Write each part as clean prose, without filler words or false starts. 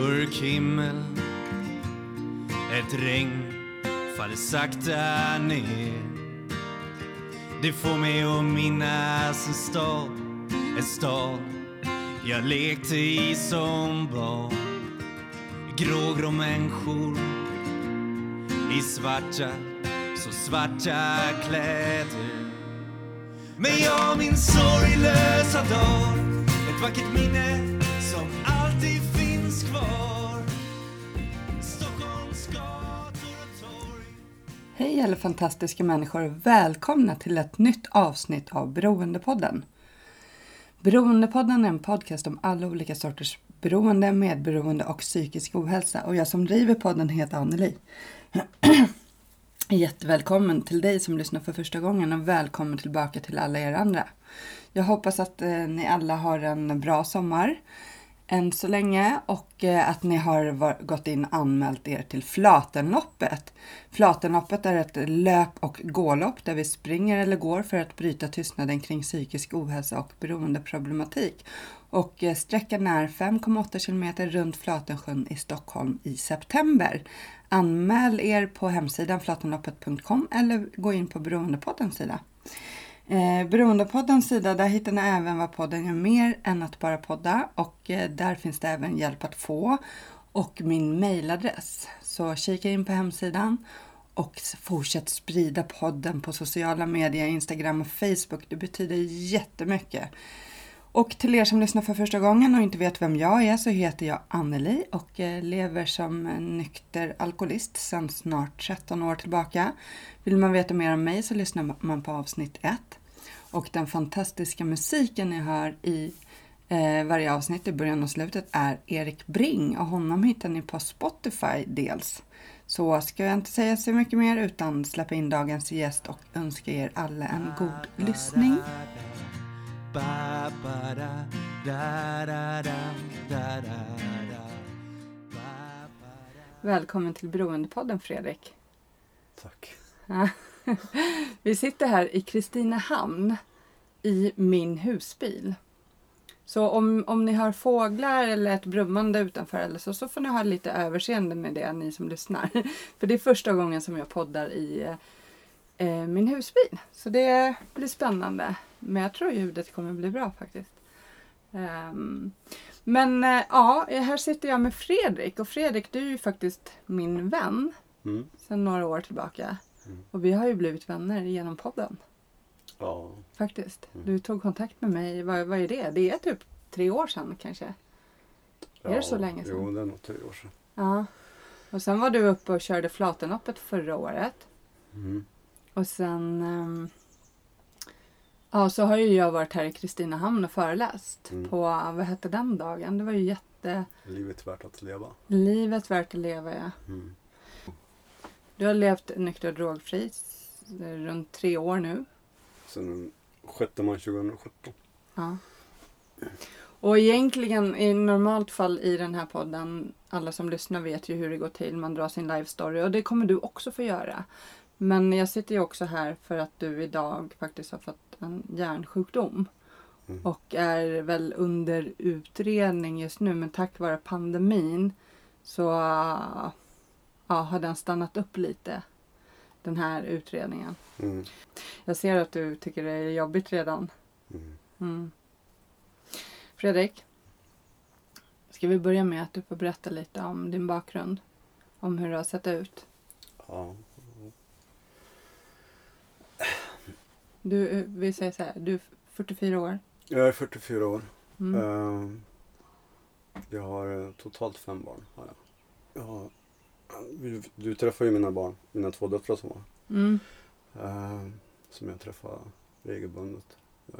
mörk himmel. Ett regn faller sakta ner. Det får mig att minnas en stad jag lekte i som barn. Grågrå människor i så svarta kläder. Men jag min sorglösa dag, ett vackert minne som alltid finns kvar. Stockholms gator och torg. Hej alla fantastiska människor, välkomna till ett nytt avsnitt av Beroendepodden. Beroendepodden är en podcast om alla olika sorters beroende, medberoende och psykisk ohälsa. Och jag som driver podden heter Anneli. Jättevälkommen till dig som lyssnar för första gången och välkommen tillbaka till alla er andra. Jag hoppas att ni alla har en bra sommar än så länge och att ni har gått in och anmält er till Flatenloppet. Flatenloppet är ett löp- och gålopp där vi springer eller går för att bryta tystnaden kring psykisk ohälsa och beroendeproblematik. Och sträckan är 5,8 km runt Flatensjön i Stockholm i september. Anmäl er på hemsidan flatenloppet.com eller gå in på Beroendepoddens sida. Beroendepoddens sida, där hittar ni även vad podden gör mer än att bara podda. Och där finns det även hjälp att få och min mailadress. Så kika in på hemsidan och fortsätt sprida podden på sociala medier, Instagram och Facebook. Det betyder jättemycket. Och till er som lyssnar för första gången och inte vet vem jag är så heter jag Anneli och lever som nykter alkoholist sedan snart 13 år tillbaka. Vill man veta mer om mig så lyssnar man på avsnitt 1. Och den fantastiska musiken ni hör i varje avsnitt i början och slutet är Erik Bring och honom hittar ni på Spotify dels. Så ska jag inte säga så mycket mer utan släppa in dagens gäst och önska er alla en god lyssning. Välkommen till Beroendepodden, Fredrik. Tack. Vi sitter här i Kristinehamn i min husbil. Så om ni hör fåglar eller ett brummande utanför eller så får ni ha lite överseende med det, ni som lyssnar. För det är första gången som jag poddar i min husbil. Så det blir spännande. Men jag tror ljudet kommer bli bra faktiskt. Men här sitter jag med Fredrik. Och Fredrik, du är ju faktiskt min vän. Sedan några år tillbaka. Och vi har ju blivit vänner genom podden. Ja. Faktiskt. Du tog kontakt med mig. Vad är det? Det är typ 3 år sedan kanske. Är det så länge sedan? Jo, det är nog 3 år sedan. Ja. Och sen var du uppe och körde Flatenloppet förra året. Och sen så har ju jag varit här i Kristinehamn och föreläst på, vad hette den dagen? Det var ju Livet värt att leva. Livet värt att leva, ja. Du har levt nykter och drogfri runt 3 år nu. Sen 6 maj 2017. Ja. Och egentligen i normalt fall i den här podden, alla som lyssnar vet ju hur det går till. Man drar sin life story och det kommer du också få göra. Men jag sitter ju också här för att du idag faktiskt har fått en hjärnsjukdom. Och är väl under utredning just nu. Men tack vare pandemin så har den stannat upp lite. Den här utredningen. Jag ser att du tycker det är jobbigt redan. Fredrik. Ska vi börja med att du får berätta lite om din bakgrund. Om hur det har sett ut. Ja. Vi säger så här, du är 44 år. Jag är 44 år. Jag har totalt 5 barn. Du träffar ju mina barn, mina 2 döttrar som var. Som jag träffar regelbundet.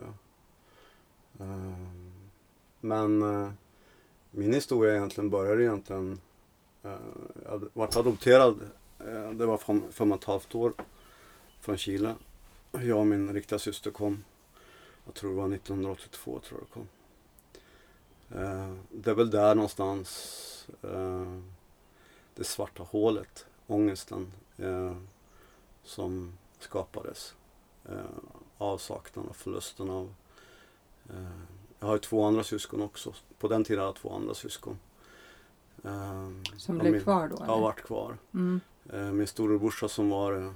Men min historia egentligen började jag hade varit adopterad. Det var 5,5 år från Chile. Jag och min riktiga syster kom. Jag tror det var 1982 tror jag det kom. Det är väl där någonstans det svarta hålet, ångesten som skapades. Avsaknaden och förlusten av. Jag har ju 2 andra syskon också. På den tiden hade jag 2 andra syskon. Som blev kvar då? Ja, varit kvar. Min storebrorsa som var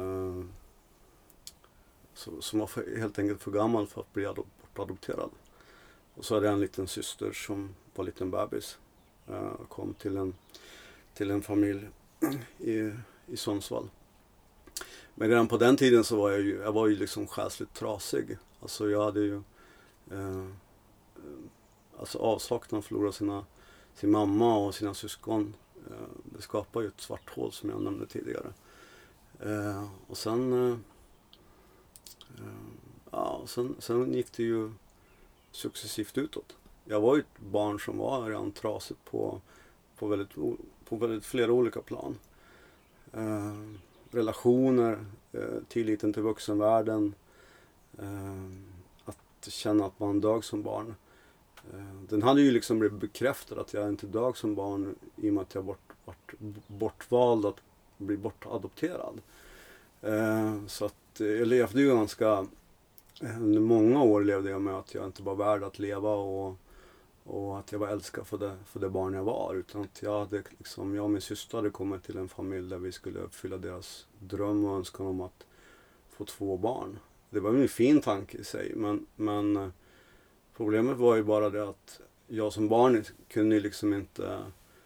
som var helt enkelt för gammal för att bli bortadopterad. Och så hade jag en liten syster som var en liten bebis. Kom till en familj i Sundsvall. Men redan på den tiden så var jag var ju liksom själsligt trasig. Alltså jag hade ju alltså avsaknad att förlora sin mamma och sina syskon. Det skapar ju ett svart hål som jag nämnde tidigare. Och sen sen gick det ju successivt utåt. Jag var ju ett barn som var redan trasigt på väldigt flera olika plan. Relationer, tilliten till vuxenvärlden, att känna att man dög som barn. Den hade ju liksom blivit bekräftad att jag inte dög som barn i och med att jag varit bortvald att bli bortadopterad. Så att jag levde ju under många år levde jag med att jag inte var värd att leva och att jag var älskad för det barn jag var. Utan att jag och min syster hade kommit till en familj där vi skulle uppfylla deras dröm och önskan om att få 2 barn. Det var en fin tanke i sig, men problemet var ju bara det att jag som barn kunde liksom inte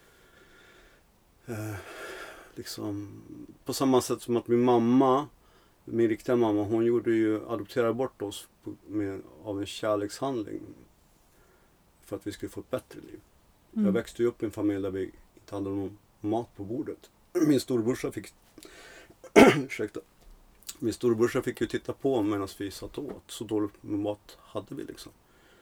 på samma sätt som att min riktiga mamma, hon adopterade bort oss av en kärlekshandling för att vi skulle få ett bättre liv. Jag växte ju upp i en familj där vi inte hade någon mat på bordet. Min storebrorsa fick ju titta på medan vi satt åt. Så dåligt med mat hade vi liksom.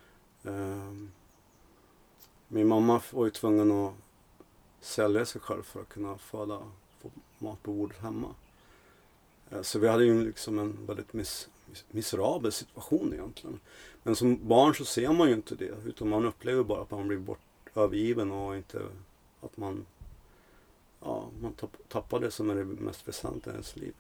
Min mamma var ju tvungen att sälja sig själv för att kunna få mat på bordet hemma. Så vi hade ju liksom en väldigt miserabel situation egentligen. Men som barn så ser man ju inte det. Utan man upplever bara att man blir övergiven och inte att man tappar det som är det mest väsentliga i ens liv.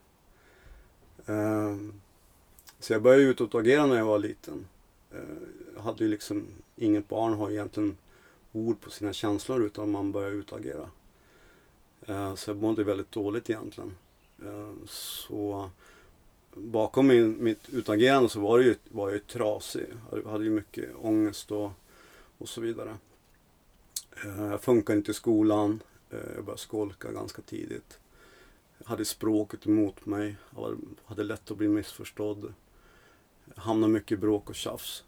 Så jag började utåtagera när jag var liten. Jag hade ju liksom, inget barn har egentligen ord på sina känslor utan man börjar utagera. Så jag mådde väldigt dåligt egentligen. Så bakom mitt utagerande så var jag ju trasig. Jag hade ju mycket ångest och så vidare. Jag funkade inte i skolan. Jag började skolka ganska tidigt. Jag hade språket emot mig. Jag hade lätt att bli missförstådd. Jag hamnade mycket i bråk och tjafs.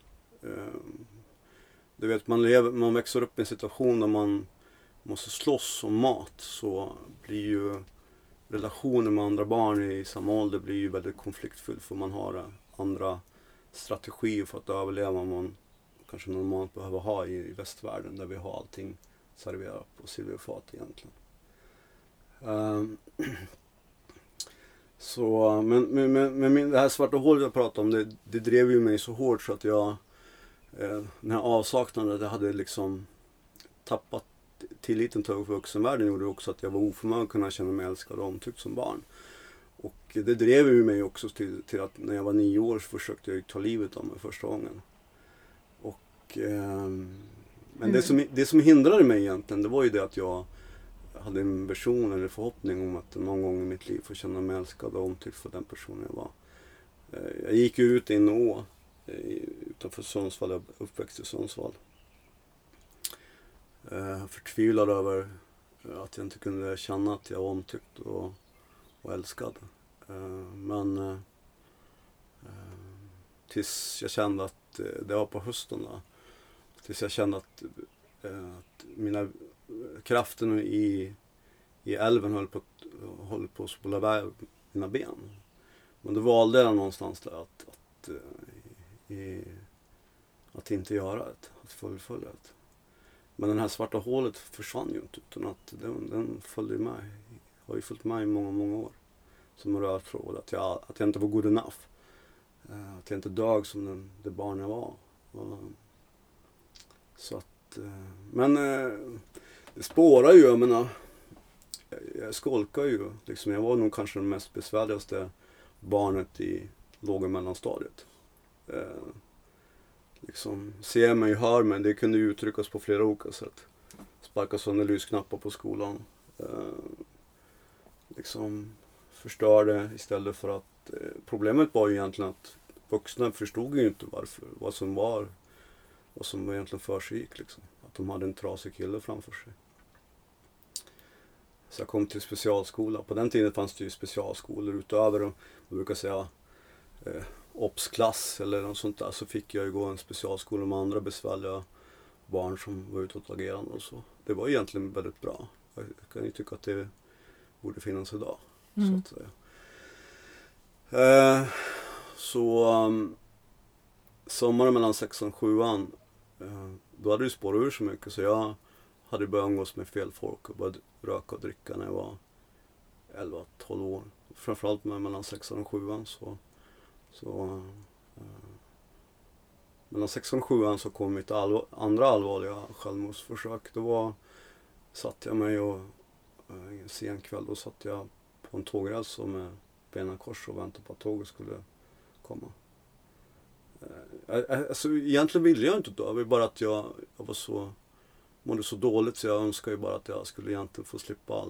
Du vet, man växer upp i en situation där man måste slåss om mat, så blir ju relationer med andra barn i samma ålder blir ju väldigt konfliktfylld, för man har andra strategier för att överleva än man kanske normalt behöver ha i västvärlden, där vi har allting serverat på silverfat egentligen. Så, men det här svarta hålet jag pratade om, det drev ju mig så hårt så att jag, den här avsaknaden, det hade liksom tappat tilliten till vuxenvärlden, gjorde också att jag var oförmögen att kunna känna mig älskad och omtyckt som barn. Och det drev ju mig också till att när jag var 9 år så försökte jag ta livet av mig första gången. Och, men det som hindrade mig egentligen, det var ju det att jag hade en vision eller förhoppning om att någon gång i mitt liv få känna mig älskad och omtyckt för den personen jag var. Jag gick ju ut i en å utanför Sundsvall, jag uppväxt i Sundsvall. Förtvivlad över att jag inte kunde känna att jag var omtyckt och älskad. Men tills jag kände att det var på hösten då, tills jag kände att mina kraften i älven höll på att spola iväg mina ben. Men då valde jag någonstans där att inte göra det, att fullfölja det. Men den här svarta hålet försvann ju inte, utan att den följde med. Har ju följt med i många, många år. Som en röd tråd, att jag inte var good enough. Att jag inte dög som det barn jag var. Så att, men det spårar ju, jag menar, jag skolkar ju. Liksom, jag var nog kanske det mest besvärligaste barnet i låg- och mellanstadiet. Liksom, ser mig, hör mig, det kunde ju uttryckas på flera olika sätt. sparka sönder lysknappar på skolan. Liksom förstörde istället för att problemet var ju egentligen att vuxna förstod ju inte vad som egentligen för sig gick liksom. Att de hade en trasig kille framför sig. Så jag kom till specialskola. På den tiden fanns det ju specialskolor utöver, man brukar säga obsklass eller något sånt där, så fick jag ju gå en specialskola med andra besvärliga barn som var utåtagerande och så. Det var egentligen väldigt bra. Jag kan ju tycka att det borde finnas idag. Så att säga. Sommaren mellan 6 och 7 då hade det spårat ur så mycket så jag hade börjat umgås med fel folk och började röka och dricka när jag var 11-12 år. Framförallt mellan 6 och 7 mellan 6 och 7 så kom mitt andra allvarliga självmordsförsök. Då satt jag mig och en sen kväll då satt jag på en tågräls med benen kors och väntade på att tåget skulle komma. Alltså egentligen ville jag inte dö, det var bara att jag mådde så dåligt så jag önskade ju bara att jag skulle egentligen få slippa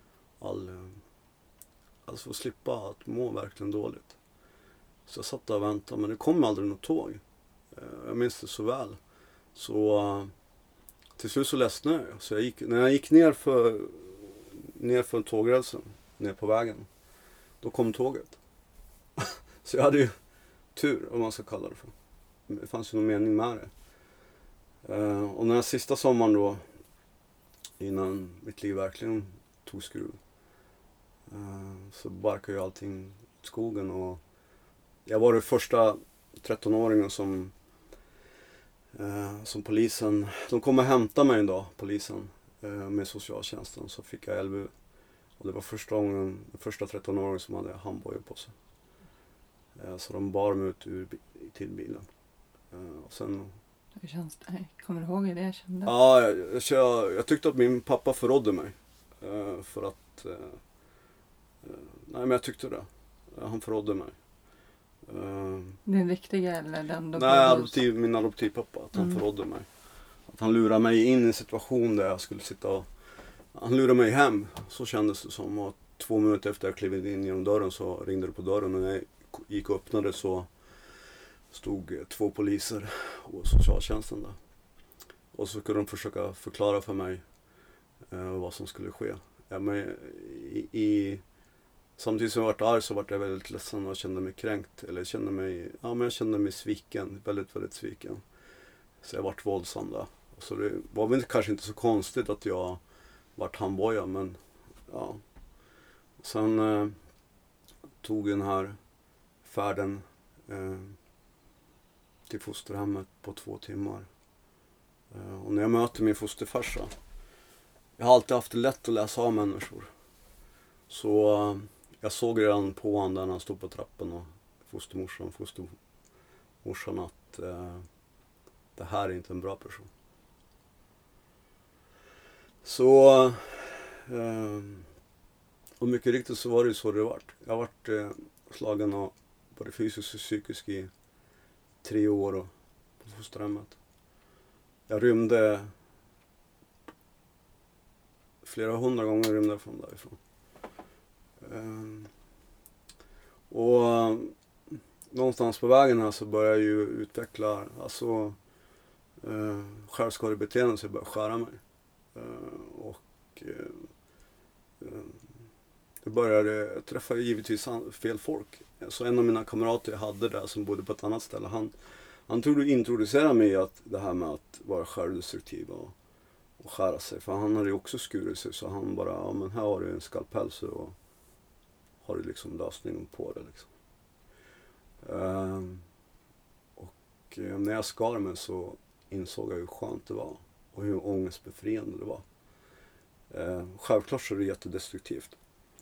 få slippa att må verkligen dåligt. Så jag satt där och väntade, men det kom aldrig något tåg. Jag minns det så väl. Så till slut så ledsnade jag. Så när jag gick ner för tågrälsen, ner på vägen, då kom tåget. Så jag hade ju tur, om man ska kalla det för. Det fanns ju någon mening med det. Och den här sista sommaren då, innan mitt liv verkligen tog skruv, så barkade ju allting i skogen. Och jag var den första 13-åringen som polisen, de kom och hämtade mig en dag, polisen, med socialtjänsten, så fick jag LVU. Och det var den första 13-åringen som hade handbojor på sig. Så de bar mig ut till bilen. Och sen... Hur känns det? Kommer du ihåg hur det kändes? Ja, jag tyckte att min pappa förrådde mig. För att... nej, men jag tyckte det. Han förrådde mig. Den riktiga eller den? Nej, min adoptivpappa. Att han förrådde mig. Att han lurade mig in i en situation där jag skulle sitta och... Han lurade mig hem. Så kändes det som. Och 2 minuter efter jag klev in genom dörren så ringde det på dörren. Och när jag gick och öppnade så stod 2 poliser och socialtjänsten där. Och så kunde de försöka förklara för mig vad som skulle ske. Ja, men samtidigt som jag varit arg så var jag väldigt ledsen och kände mig kränkt. Eller jag kände mig sviken. Väldigt, väldigt sviken. Så jag vart våldsam där. Så det var väl kanske inte så konstigt att jag vart handbojad, men ja. Sen tog den här färden till fosterhemmet på 2 timmar. Och när jag möter min fosterfarsa, jag har alltid haft det lätt att läsa av människor. Så jag såg redan på honom när han stod på trappen och fostermorsan att det här är inte en bra person. Så och mycket riktigt så var det ju så det vart. Jag vart slagen av både fysiskt och psykiskt i 3 år och på fosterhemmet. Jag rymde flera 100 gånger rymde från därifrån. Och någonstans på vägen här så började jag ju utveckla självskadebeteende, så jag började skära mig. Jag började träffa givetvis fel folk. Så en av mina kamrater jag hade där som bodde på ett annat ställe, han introducerade mig i det här med att vara självdestruktiv och skära sig. För han hade ju också skurit sig, så han bara, ja men här har du en skalpell så har du liksom lösningen på det liksom. Och när jag skar mig så insåg jag hur skönt det var och hur ångestbefriande det var. Självklart så är det jättedestruktivt.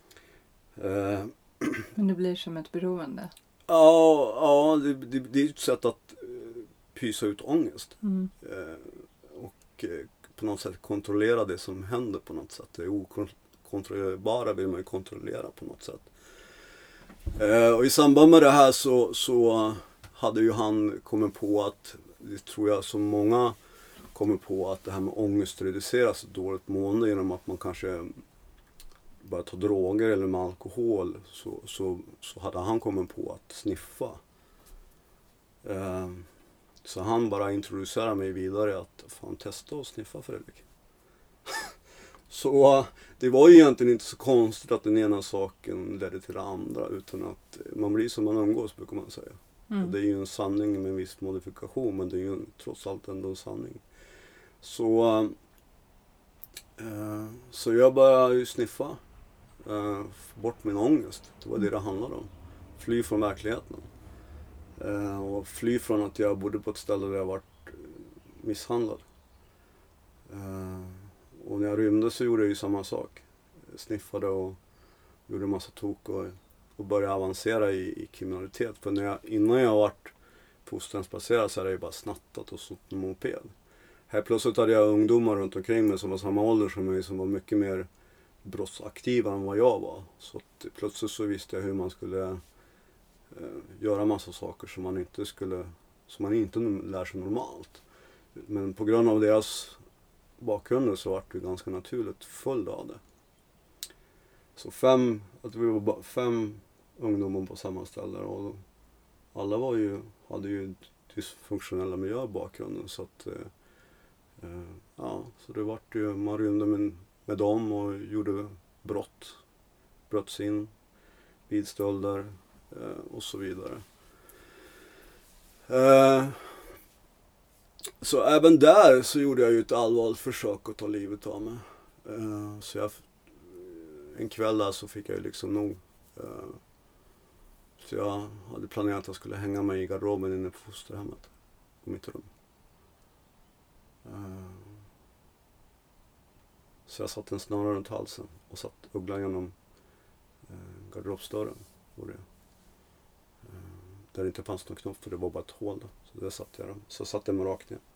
Men det blir som ett beroende. Ja, det är ett sätt att pysa ut ångest. Och på något sätt kontrollera det som händer på något sätt. Det okontrollerbara vill man ju kontrollera på något sätt. Och i samband med det här så hade ju han kommit på att, det tror jag som många kommit på att det här med ångest reduceras ett dåligt mående genom att man kanske börjar ta droger eller med alkohol, så hade han kommit på att sniffa. Så han bara introducerade mig vidare att fan, testa att sniffa, Fredrik. Så det var ju egentligen inte så konstigt att den ena saken ledde till det andra, utan att man blir som man umgås, brukar man säga. Och det är ju en sanning med en viss modifikation, men det är ju trots allt ändå en sanning. Så jag började ju sniffa, få bort min ångest. Det var det handlade om. Fly från verkligheten. Och fly från att jag bodde på ett ställe där jag varit misshandlad. Och när jag rymde så gjorde jag ju samma sak. Jag sniffade och gjorde en massa tok och började avancera i kriminalitet. För innan jag varit fosterhemsplacerad så hade jag ju bara snattat och snott en moped. Här plötsligt hade jag ungdomar runt omkring mig som var samma ålder som mig, som var mycket mer brottsaktiva än vad jag var. Så att plötsligt så visste jag hur man skulle göra massa saker som man inte lär sig normalt. Men på grund av deras bakgrunder så var det ganska naturligt följd av det. Så vi var 5 ungdomar på samma ställe, och alla hade ju dysfunktionella miljöer i bakgrunden, så att så det vart ju, man rymde med dem och gjorde bröt sig in, bilstölder och så vidare. Så även där så gjorde jag ju ett allvarligt försök att ta livet av mig. Så en kväll där så fick jag ju liksom nog. Så jag hade planerat att jag skulle hänga mig i garderoben inne på fosterhemmet, på mitt rum. Så jag satte en snara runt halsen och satt ugglan genom garderobsdörren. Där det inte fanns någon knopp, för det var bara ett hål då. Så där satt jag. Så satt jag mig rakt ner.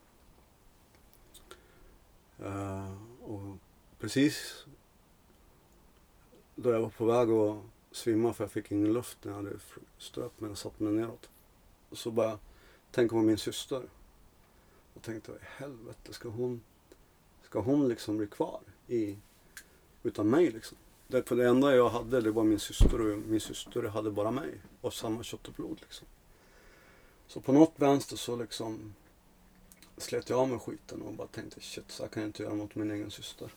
Och precis då jag var på väg att svimma, för jag fick ingen luft när jag hade stöpt mig och satt mig neråt, så bara tänkte på min syster. Och tänkte, i helvete, ska hon liksom bli kvar utan mig liksom? Det enda jag hade, det var min syster, och min syster hade bara mig och samma kött och blod liksom. Så på något vänster så liksom slet jag av med skiten och bara tänkte, shit, så här kan jag inte göra mot min egen syster.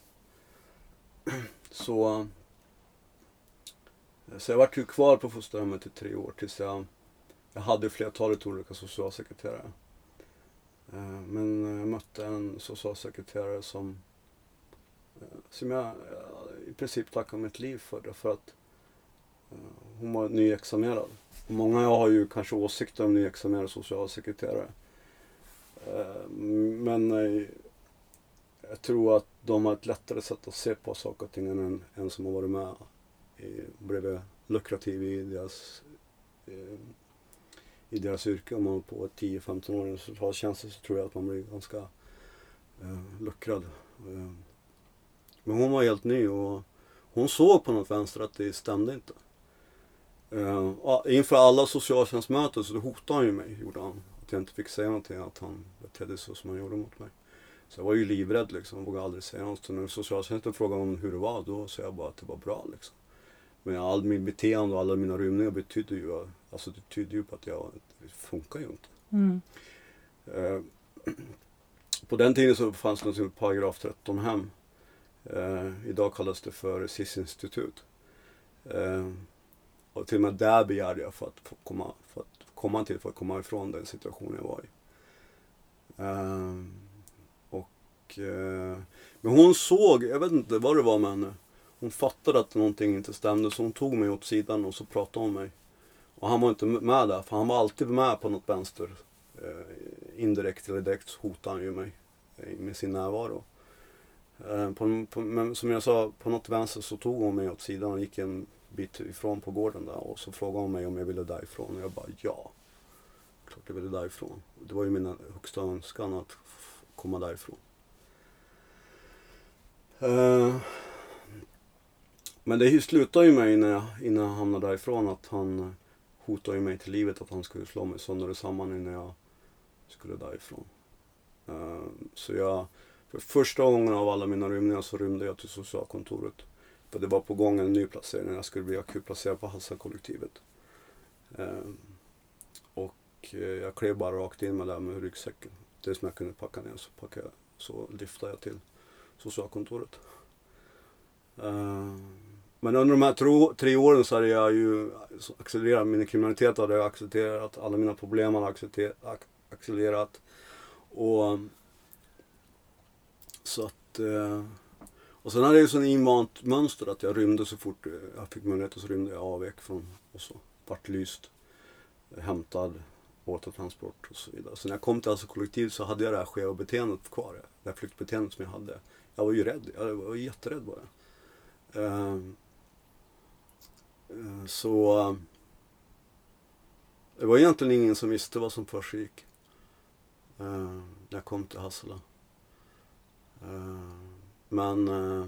Så jag var ju kvar på fosterhemmet i 3 år tills jag hade flertalet olika socialsekreterare. Men jag mötte en socialsekreterare som jag i princip tackade mitt liv för det, för att hon var nyexaminerad. Och många har ju kanske åsikter om nyexaminerade socialsekreterare. Men jag tror att de har ett lättare sätt att se på saker och ting än en som har varit med bredvid lukrativ i deras yrke. Om man på 10-15 år resultattjänster så tror jag att man blir ganska luckrad. Men hon var helt ny och hon såg på något vänster att det stämde inte. Inför alla socialtjänstmöten så hotade han ju mig, gjorde han. Att jag inte fick säga någonting, att han betedde så som han gjorde mot mig. Så jag var ju livrädd liksom, jag vågade aldrig säga något. Så när socialtjänsten frågade om hur det var, då sa jag bara att det var bra liksom. Men all min beteende och alla mina rymningar betydde ju på att det funkar ju inte. På den tiden så fanns det något paragraf 13 hem. Idag kallas det för SIS-institut. Och till och med där begärde jag för att komma ifrån den situationen jag var i. Men hon såg, jag vet inte vad det var med henne. Hon fattade att någonting inte stämde, så hon tog mig åt sidan och så pratade om mig. Och han var inte med där, för han var alltid med på något vänster. Indirekt eller direkt hotade han ju mig med sin närvaro. Men som jag sa, på något vänster så tog hon mig åt sidan och gick en bit ifrån på gården där. Och så frågade hon mig om jag ville därifrån. Och jag bara, ja, klart jag ville därifrån. Det var ju min högsta önskan att komma därifrån. Men det slutade ju mig innan jag hamnade därifrån, att han hotade mig till livet, att han skulle slå mig sönder och samman innan jag skulle därifrån. Så för första gången av alla mina rymningar så rymde jag till socialkontoret. För det var på gång en ny placering. Jag skulle bli akutplacerad på Hassa-kollektivet. Och jag klev bara rakt in med det med ryggsäcken. Det som jag kunde packa ner så lyftade jag till socialkontoret. Men under de här 3 åren så hade jag ju accelererat. Min kriminalitet hade jag accelererat. Alla mina problem hade accelererat. Och så att... Och sen hade jag ju sån invant mönster att jag rymde så fort jag fick möjlighet, och så rymde jag avvek från och så. Vart lyst, hämtad, återtransport och så vidare. Så när jag kom till kollektiv så hade jag det här skeva beteendet kvar. Det här flyktbeteendet som jag hade. Jag var ju rädd, jag var jätterädd bara. Så det var egentligen ingen som visste vad som försiggick när jag kom till Hassela. Men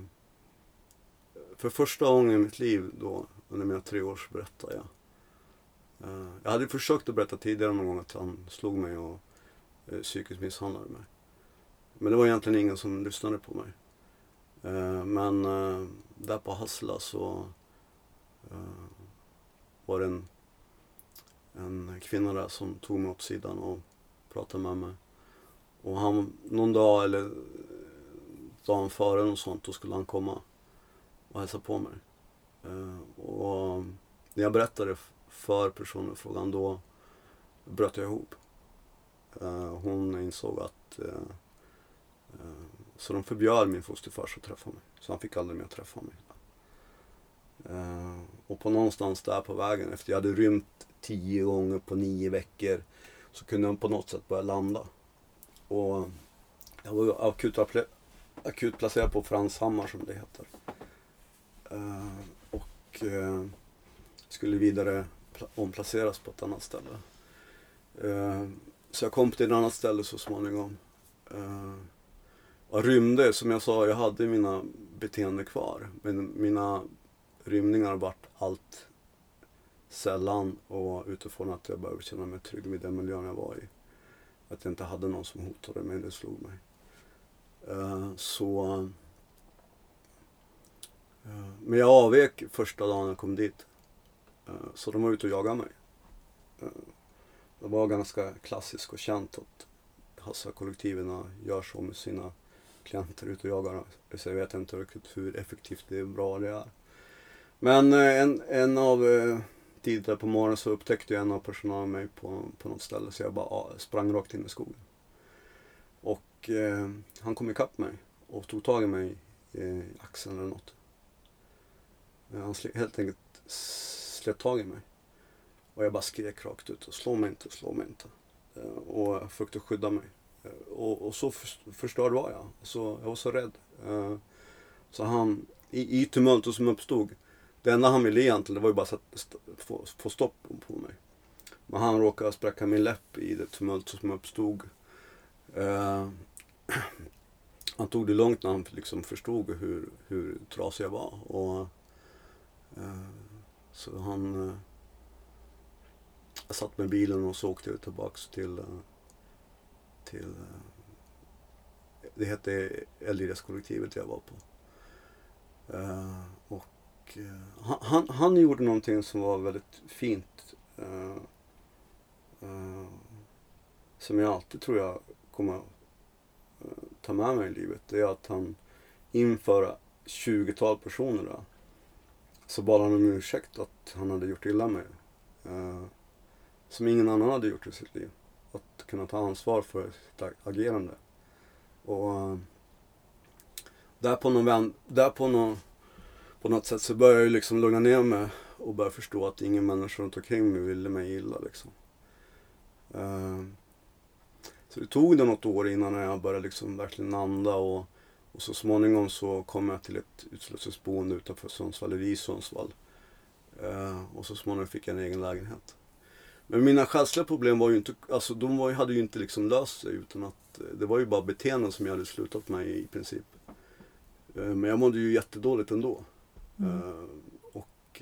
för första gången i mitt liv då, under mina 3 år, så berättade jag. Jag hade försökt att berätta tidigare någon gång att han slog mig och psykiskt misshandlade mig. Men det var egentligen ingen som lyssnade på mig. Men där på Hassela så var det en kvinna där som tog mig åt sidan och pratade med mig. Och han, någon dag eller dagen före och sånt, då skulle han komma och hälsa på mig. Och när jag berättade för personen frågan, då bröt jag ihop. Hon insåg att så de förbjöd min fosterfars att träffa mig. Så han fick aldrig mer träffa mig. Och på någonstans där på vägen, efter jag hade rymt 10 gånger på 9 veckor, så kunde han på något sätt börja landa. Och jag var akut placerad på Franshammar, som det heter. Och skulle vidare omplaceras på ett annat ställe. Så jag kom till ett annat ställe så småningom. Jag rymde, som jag sa, jag hade mina beteenden kvar. Men mina rymningar vart allt sällan, och utifrån att jag började känna mig trygg vid den miljön jag var i. Att jag inte hade någon som hotade mig eller slog mig. Men jag avvek första dagen jag kom dit. Så de var ute och jagade mig. Det var ganska klassiskt och känt att Hassa-kollektiven gör så med sina klienter, ute och jagar. Så jag vet inte riktigt hur effektivt det är, bra det är. Men en av tidigare på morgonen så upptäckte jag en av personalen mig på något ställe, så jag bara sprang rakt in i skogen. Och han kom ikapp mig och tog tag i mig i axeln eller något. Han helt enkelt slet tag i mig. Och jag bara skrek rakt ut: slå mig inte, slå mig inte. Och jag försökte skydda mig. Och så förstörd var jag. Så jag var så rädd. Så han, i tumultet som uppstod, det enda han ville egentligen, det var ju bara att få stopp på mig. Men han råkade spräcka min läpp i det tumultet som uppstod. Han tog det långt när han liksom förstod hur trasig jag var. Och så han jag satt med bilen och så åkte jag tillbaks till det hette Eldires-kollektivet jag var på. Och han gjorde någonting som var väldigt fint, som jag alltid tror jag kommer ta med mig i livet. Det är att han inför 20-tal personer där, så bad han om ursäkt att han hade gjort illa mig, som ingen annan hade gjort i sitt liv. Att kunna ta ansvar för sitt agerande. Och på något sätt så började jag liksom lugna ner mig och börja förstå att ingen människa runt omkring mig ville mig illa liksom. Så det tog det något år innan jag började liksom verkligen anda, och så småningom så kom jag till ett utslussningsboende utanför Sundsvall, i Sundsvall. Och så småningom fick jag en egen lägenhet. Men mina själsliga problem var ju inte, alltså hade ju inte liksom löst sig, utan att det var ju bara beteenden som jag hade slutat med i princip. Men jag mådde ju jättedåligt ändå. Och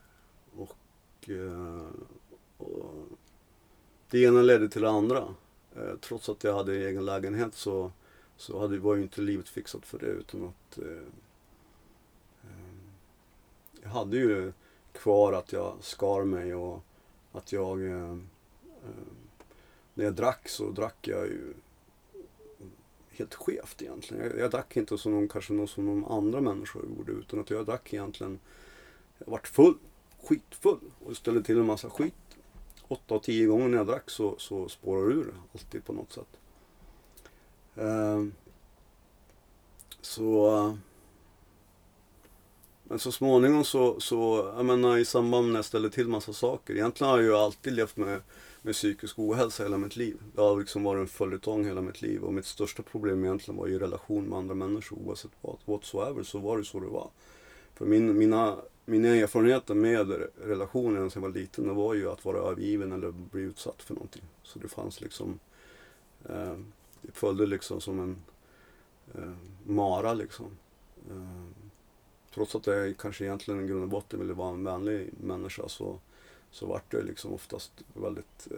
det ena ledde till det andra. Trots att jag hade egen lägenhet så var ju inte livet fixat för det, utan att jag hade ju kvar att jag skar mig och att jag när jag drack så drack jag ju helt skevt egentligen. Jag drack inte som någon andra människor gjorde, utan att jag drack egentligen, jag vart skitfull och ställde till en massa skit. 8 av 10 gånger när jag drack så spårar ur alltid på något sätt. Men så småningom så jag menar, i samband med att jag ställde till massa saker. Egentligen har jag ju alltid levt med psykisk ohälsa hela mitt liv. Det har liksom varit en följetong hela mitt liv. Och mitt största problem egentligen var ju relation med andra människor. Oavsett whatsoever så var det så det var. För mina erfarenheter med relationen som jag var liten, det var ju att vara övergiven eller bli utsatt för någonting. Så det fanns liksom, det följde liksom som en mara liksom. Trots att jag kanske egentligen i grund och botten ville vara en vänlig människa så vart det liksom oftast väldigt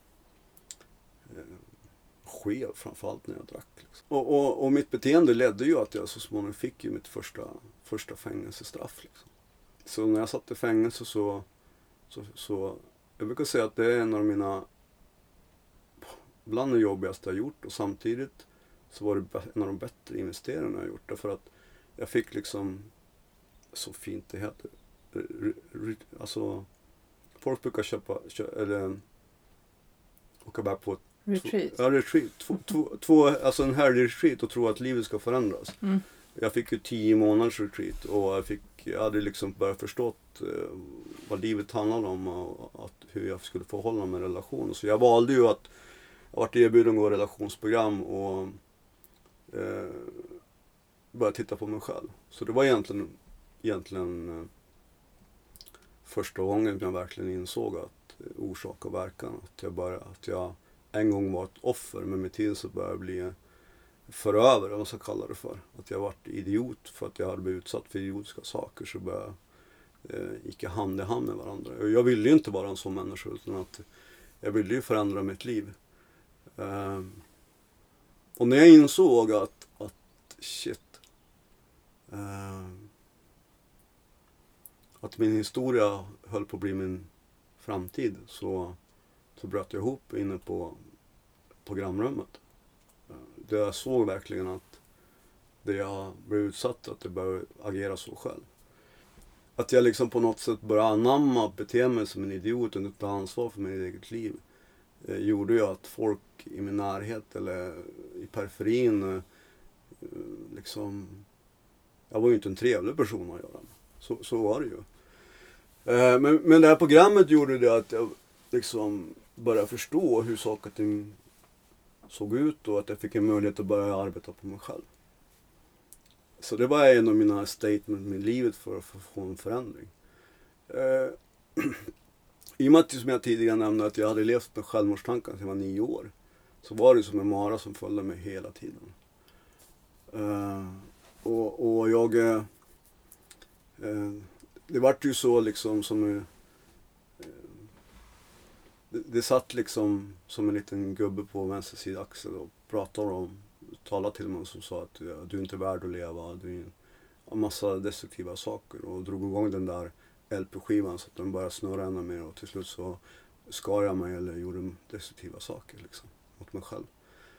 skev, framförallt när jag drack. Liksom. Och mitt beteende ledde ju att jag så småningom fick ju mitt första fängelsestraff. Liksom. Så när jag satt i fängelse så jag brukar säga att det är en av mina bland det jobbigaste jag gjort, och samtidigt så var det en av de bättre investeringarna jag gjort. Därför att jag fick liksom, så fint det heter, alltså folk brukar eller åka bara på retreat. Retreat. Alltså en härlig retreat och tro att livet ska förändras. Mm. Jag fick ju 10 månaders retreat och jag hade liksom börjat förstått vad livet handlade om och hur jag skulle förhålla mig med relationer. Så jag valde ju att jag varit erbjuden att gå relationsprogram och börja titta på mig själv. Så det var egentligen första gången jag verkligen insåg att orsak och verkan. Att jag en gång var ett offer, men med tiden så började jag bli förövare, vad man ska kalla det för. Att jag varit idiot för att jag hade blivit utsatt för idiotiska saker, så började gick jag hand i hand med varandra. Och jag ville ju inte vara en sån människa, utan att jag ville ju förändra mitt liv. Och när jag insåg att shit, att min historia höll på att bli min framtid, så bröt jag ihop inne på programrummet. Där jag såg verkligen att det jag blev utsatt, att jag började agera så själv. Att jag liksom på något sätt började anamma och bete mig som en idiot och inte ta ansvar för mitt eget liv. Gjorde ju att folk i min närhet eller i periferin liksom, jag var ju inte en trevlig person att göra med. Så var det ju. Men det här programmet gjorde det att jag liksom började förstå hur saker och ting såg ut, och att jag fick en möjlighet att börja arbeta på mig själv. Så det var en av mina statement med livet för att få en förändring. I och med att, som jag tidigare nämnde, att jag hade levt med självmordstankar sedan jag var 9 år, så var det som en mara som följde mig hela tiden. Och jag det vart ju så liksom som det satt liksom som en liten gubbe på vänster sida axel och talade till mig som sa att du är inte värd att leva, du är en massa destruktiva saker, och drog igång den där LP-skivan så att den började snurra ännu mer, och till slut så skar jag mig eller gjorde destruktiva saker liksom mot mig själv.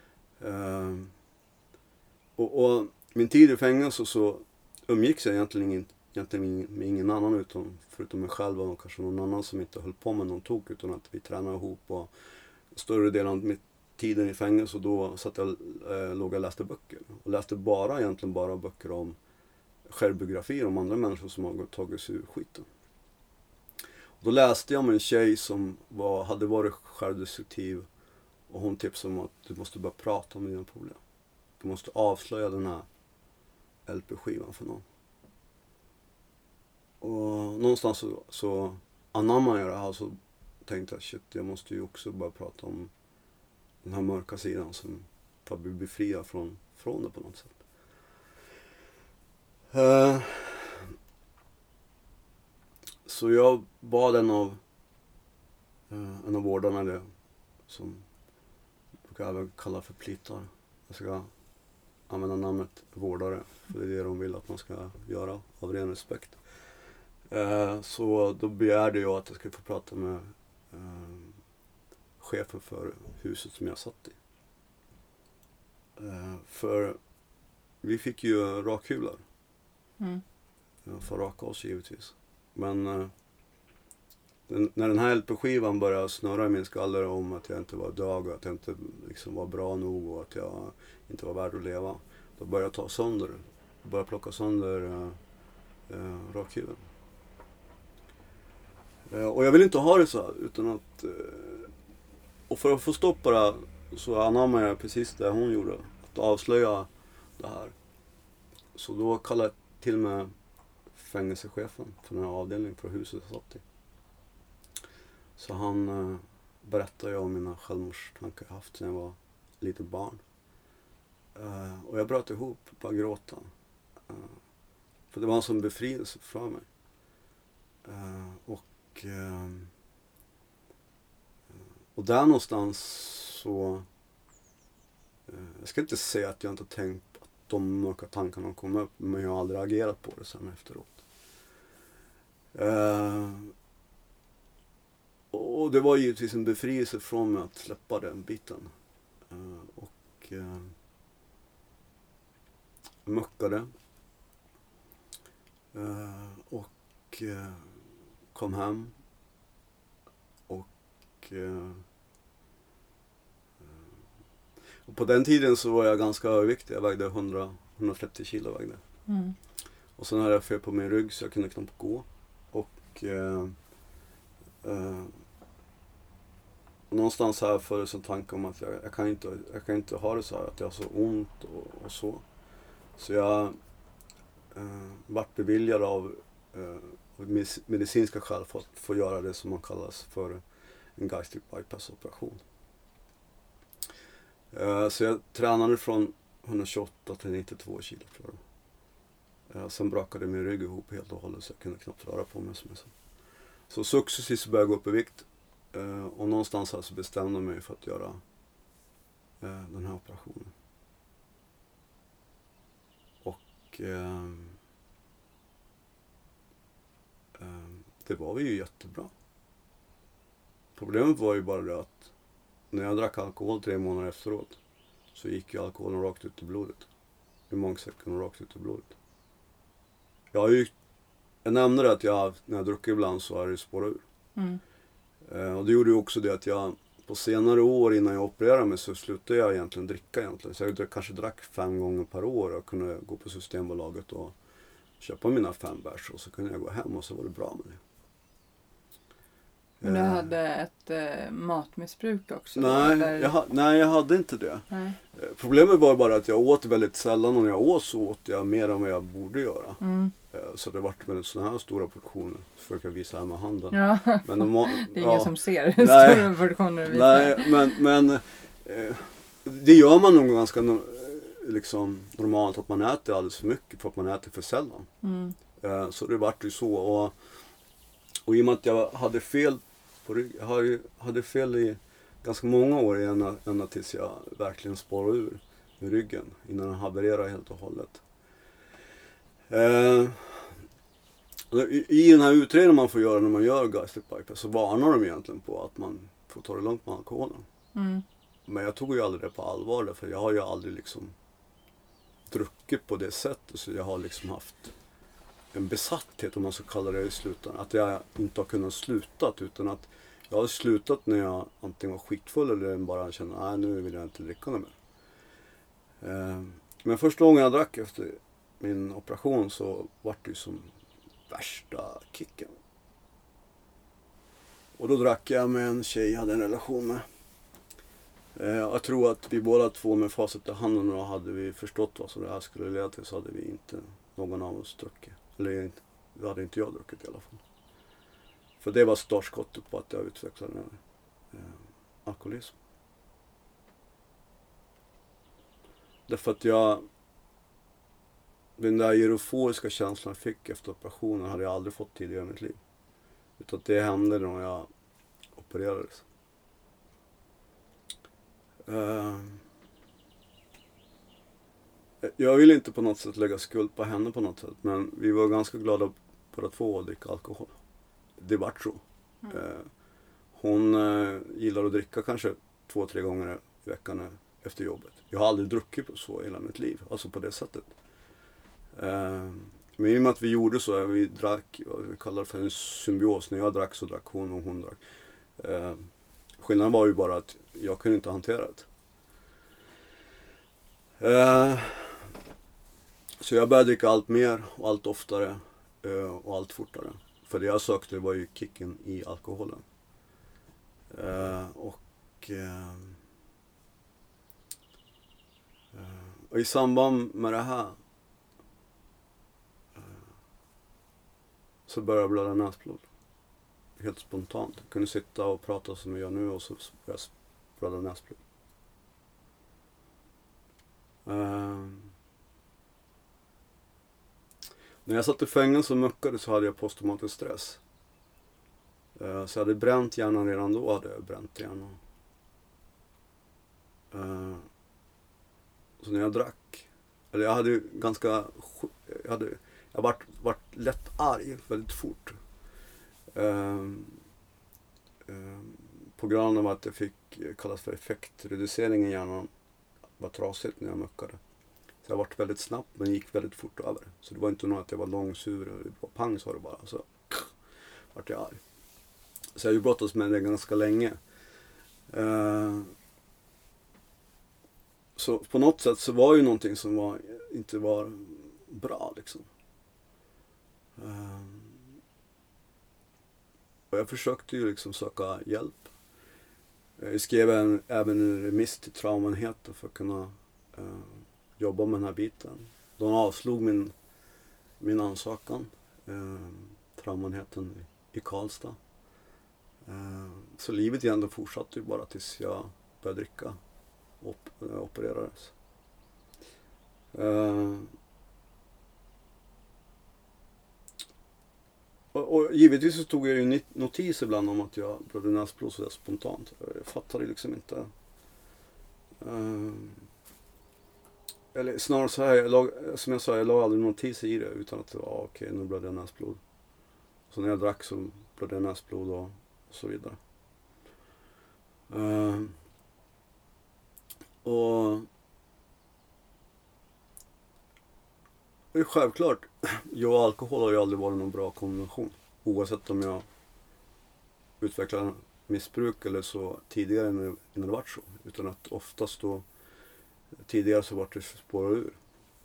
Och min tid i fängelse så umgicks jag egentligen med ingen annan förutom mig själv och kanske någon annan som inte höll på med någon tok, utan att vi tränade ihop. Och större delen av mitt tiden i fängelse, och då satt jag låg och läste böcker. Och läste egentligen bara böcker om självbiografier om andra människor som har tagit sig ur skiten. Och då läste jag om en tjej som hade varit självdestruktiv, och hon tipsade om att du måste börja prata om dina problem. Du måste avslöja den här LP-skivan för någon. Och någonstans så anammade jag det här, så tänkte jag shit, jag måste ju också börja prata om den här mörka sidan som för att bli befriad från det på något sätt. Så jag bad en av vårdarna som brukar även kalla för plitar. Jag ska använda namnet vårdare, för det är det de vill att man ska göra av ren respekt. Så då begärde jag att jag skulle få prata med chefen för huset som jag satt i. För vi fick ju rakhyvlar. För att raka oss givetvis. Men när den här LP-skivan började snurra i min skalle om att jag inte var dög och att jag inte liksom var bra nog och att jag inte var värd att leva, då började jag ta sönder. Jag började plocka sönder rakhyveln. Och jag vill inte ha det så här, utan att... och för att få stopp på det så anammade jag precis det hon gjorde. Att avslöja det här. Så då kallade jag till med fängelsechefen för den här avdelningen för huset jag satt i. Så han berättade om mina självmordstankar jag haft sedan jag var lite barn. Och jag bröt ihop, bara gråta. För det var en sån befrielse för mig. Och där någonstans så... jag ska inte säga att jag inte tänkt att de mörka tankarna kom upp, men jag har aldrig agerat på det sen efteråt. Och det var givetvis en befrielse från mig att släppa den biten. Och muckade. Och kom hem. Och på den tiden så var jag ganska överviktig. Jag vägde 130 kilo vägde. Och sen hade jag fel på min rygg så jag kunde knappt gå. Och någonstans här fördes en tanke om att jag kan inte ha det så här, att jag har så ont och så. Så jag vart beviljad av medicinska skäl för att få göra det som man kallas för en gastric bypass-operation. Så jag tränade från 128 till 92 kilo tror jag. Sen brakade min rygg ihop helt och hållet så jag kunde knappt röra på mig som jag sa. Så successivt började jag gå upp i vikt. Och någonstans här så bestämde jag mig för att göra den här operationen. Och det var ju jättebra. Problemet var ju bara det att när jag drack alkohol 3 månader efteråt så gick ju alkoholen rakt ut i blodet. I magsäcken och rakt ut i blodet. Jag nämnde det att när jag druckit ibland så har det spårat ur. Och det gjorde ju också det att jag på senare år innan jag opererade mig så slutade jag egentligen dricka egentligen. Så jag kanske drack 5 gånger per år och kunde gå på Systembolaget och köpa mina 5 bärs och så kunde jag gå hem och så var det bra med det. Men du hade ett matmissbruk också? Nej, jag hade inte det. Nej. Problemet var bara att jag åt väldigt sällan och när jag åt så åt jag mer än vad jag borde göra. Så det var väldigt sådana här stora portioner. Försöker jag visa här med handen. Ja. Men det är ingen som ser hur stora portioner du visar. Nej, men det gör man nog ganska liksom, normalt att man äter alldeles för mycket för att man äter för sällan. Så det vart ju så. Och i och med att jag hade fel på rygg, jag hade fel i ganska många år ända tills jag verkligen spårade ur med ryggen innan den havererade helt och hållet. I den här utredningen man får göra när man gör gastric bypass så varnar de egentligen på att man får ta det långt med alkoholen. Men jag tog ju aldrig det på allvar därför jag har ju aldrig liksom druckit på det sättet så jag har liksom haft en besatthet om man ska kalla det i slutändan. Att jag inte har kunnat sluta utan att jag har slutat när jag antingen var skitfull eller bara kände nej nu vill jag inte dricka mer. Men första gången jag drack efter min operation så var det ju som värsta kicken. Och då drack jag med en tjej jag hade en relation med. Jag tror att vi båda två med facit i handen och hade vi förstått vad det här skulle leda till så hade vi inte någon av oss druckit. Eller det hade inte jag druckit i alla fall. För det var startskottet på att jag utvecklade alkoholism. Därför att den där euforiska känslan jag fick efter operationen hade jag aldrig fått tidigare i mitt liv. Utan det hände när jag opererades. Jag vill inte på något sätt lägga skuld på henne på något sätt. Men vi var ganska glada båda två att dricka alkohol. Det var så. Hon gillar att dricka kanske 2-3 gånger i veckan efter jobbet. Jag har aldrig druckit så i hela mitt liv. Alltså på det sättet. Men i och med att vi gjorde så, vi drack, vi kallar det för en symbios. När jag drack så drack hon och hon drack. Skillnaden var ju bara att jag kunde inte hantera det. Så jag började dricka allt mer och allt oftare och allt fortare. För det jag sökte var ju kicken i alkoholen. Och i samband med det här så började jag blöda näsblod. Helt spontant. Jag kunde sitta och prata som jag gör nu och så började jag blöda näsblod. När jag satt i fängelse och muckade så hade jag posttraumatisk stress. Så jag hade bränt hjärnan redan då. Så när jag drack, eller jag hade ganska, jag vart lätt arg väldigt fort. På grund av att jag fick kallas för effektreducering i hjärnan. Var trasigt när jag muckade. Så jag vart väldigt snabbt men gick väldigt fort över. Så det var inte nog att jag var långsur och det var pang så var det bara. Så vart jag arg. Så jag har ju brottats med det ganska länge. Så på något sätt så var ju någonting som inte var bra liksom. Och jag försökte ju liksom söka hjälp. Jag skrev även en remiss till traumaenheten för att kunna jobba med den här biten. De avslog min ansökan. Traumaenheten i Karlstad. Så livet igen fortsatte ju bara tills jag började dricka och opererades. Och givetvis så tog jag ju notis ibland om att jag blödde näsblod sådär spontant. Jag fattade liksom inte. Eller snarare så här, som jag sa, jag la aldrig notis i det utan att det var okej, nu blödde jag näsblod. Så när jag drack så blödde jag näsblod och så vidare. Och det är självklart, jag och alkohol har ju aldrig varit någon bra kombination. Oavsett om jag utvecklar missbruk eller så tidigare innan det varit så. Utan att oftast då tidigare så vart det spårade ur.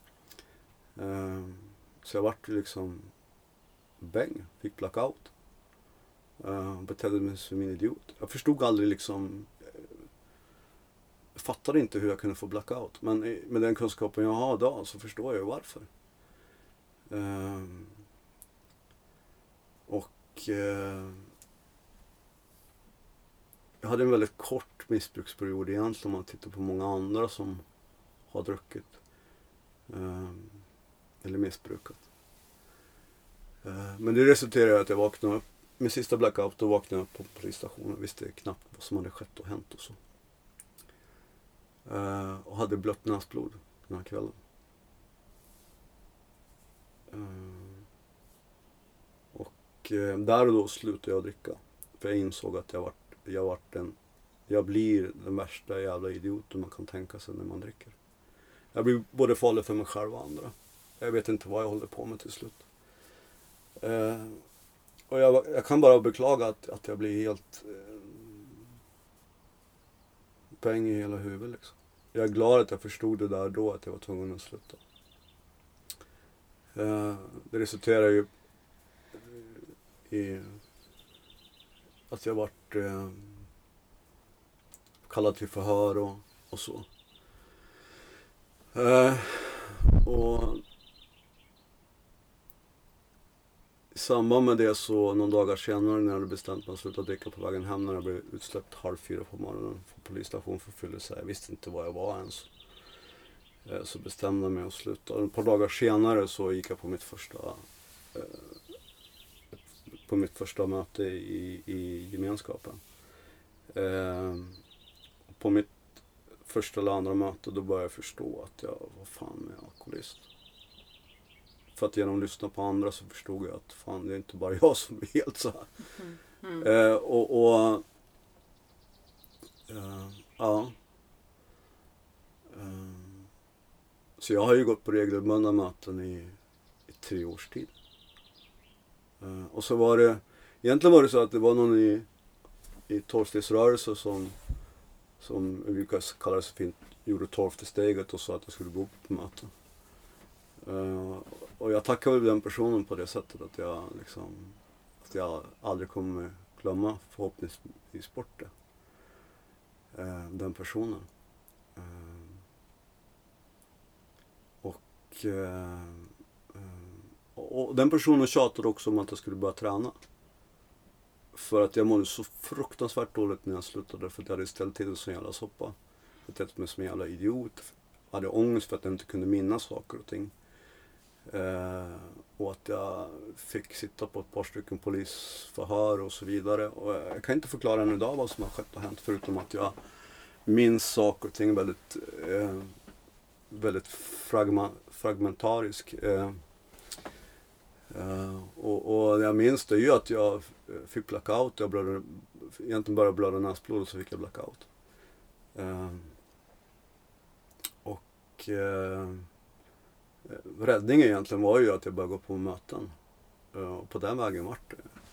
Så jag vart liksom bäng, fick blackout. Betedde mig som en idiot. Jag förstod aldrig liksom, jag fattade inte hur jag kunde få blackout. Men med den kunskapen jag har idag så förstår jag varför. Jag hade en väldigt kort missbruksperiod egentligen om man tittar på många andra som har druckit eller missbrukat. Men det resulterade i att jag vaknade upp med sista blackout och vaknade upp på polisstationen. Visste knappt vad som hade skett och hänt och så. Och hade blött näsblod den här kvällen. Och där och då slutade jag dricka. För jag insåg att jag blir den värsta jävla idioten man kan tänka sig när man dricker. Jag blir både farlig för mig själv och andra. Jag vet inte vad jag håller på med till slut. Och jag kan bara beklaga att jag blir helt peng i hela huvudet liksom. Jag är glad att jag förstod det där då, att jag var tvungen att sluta. Det resulterar ju i att jag vart kallad till förhör och så. Och i samband med det så någon dagar senare när jag hade bestämt mig att sluta dricka på vägen hem när jag blev utsläppt 3:30 på morgonen från polisstation för fyllelse. Jag visste inte vad jag var ens. Så bestämde jag mig att sluta. Och ett par dagar senare så gick jag på mitt första möte i gemenskapen. På mitt första eller andra mötet, då började jag förstå att jag var fan med alkoholist. För att genom att lyssna på andra så förstod jag att fan, det är inte bara jag som är helt så här. Ja. Så jag har ju gått på regelbundna möten i 3 års tid. Och så var det, egentligen var det så att det var någon i tolvstegsrörelsen som vi brukar kalla det så fint, gjorde 12:e steget och sa att jag skulle gå på möten. Och jag tackar väl den personen på det sättet att jag aldrig kommer glömma förhoppningsvis bort det. Den personen. Och den personen tjatade också om att jag skulle börja träna. För att jag mådde så fruktansvärt dåligt när jag slutade, för att jag hade ställt till en sån jävla soppa. Jag tänkte mig som en jävla idiot. Jag hade ångest för att jag inte kunde minnas saker och ting. Och att jag fick sitta på ett par stycken polisförhör och så vidare. Och jag kan inte förklara än idag vad som har skett och hänt, förutom att jag minns saker och ting väldigt fragmentarisk. Och jag minns det ju att jag fick blackout. Jag egentligen bara blödde näsblod och så fick jag blackout. Räddningen egentligen var ju att jag började gå på möten. Och på den vägen vart det.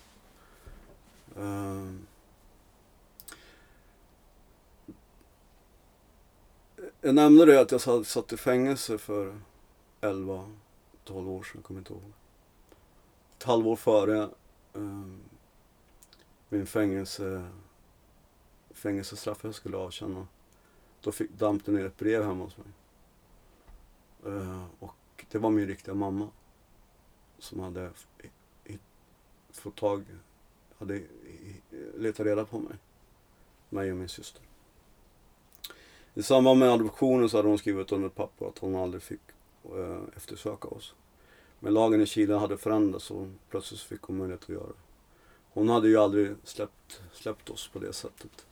Jag nämnde det att jag satt i fängelse för 11-12 år sedan, kommer inte ihåg. Ett halvår före min fängelsestraff jag skulle avtjäna. Då damp det ner ett brev hemma hos mig. Och det var min riktiga mamma som hade letat reda på mig och min syster. I samband med adoptionen så hade hon skrivit under ett papper att hon aldrig fick eftersöka oss. Men lagen i Chile hade förändrats och plötsligt fick hon möjlighet att göra det. Hon hade ju aldrig släppt oss på det sättet.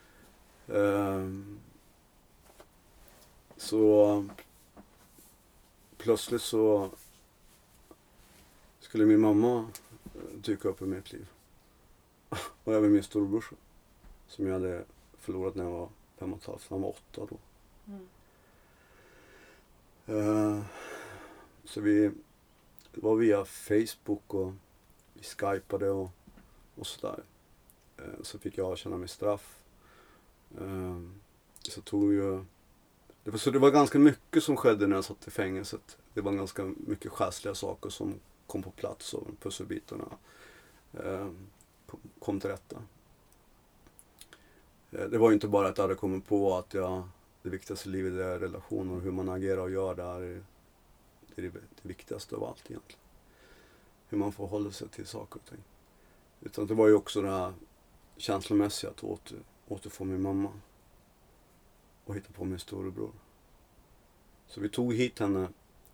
Så plötsligt så skulle min mamma dyka upp i mitt liv. Och även min storbrorsa som jag hade förlorat när jag var 5,5. Han var 8 då. Så det var via Facebook och vi skypade och sådär. Så fick jag känna mig straff. Så det var ganska mycket som skedde när jag satt i fängelset. Det var ganska mycket skärsliga saker som kom på plats och pusselbitarna kom till rätta. Det var ju inte bara att jag hade kommit på att det viktigaste i livet är relationer och hur man agerar och gör där. Det är det viktigaste av allt egentligen. Hur man förhåller sig till saker och ting. Utan det var ju också det här känslomässiga att återfå min mamma. Och hitta på min storebror. Så vi tog hit henne.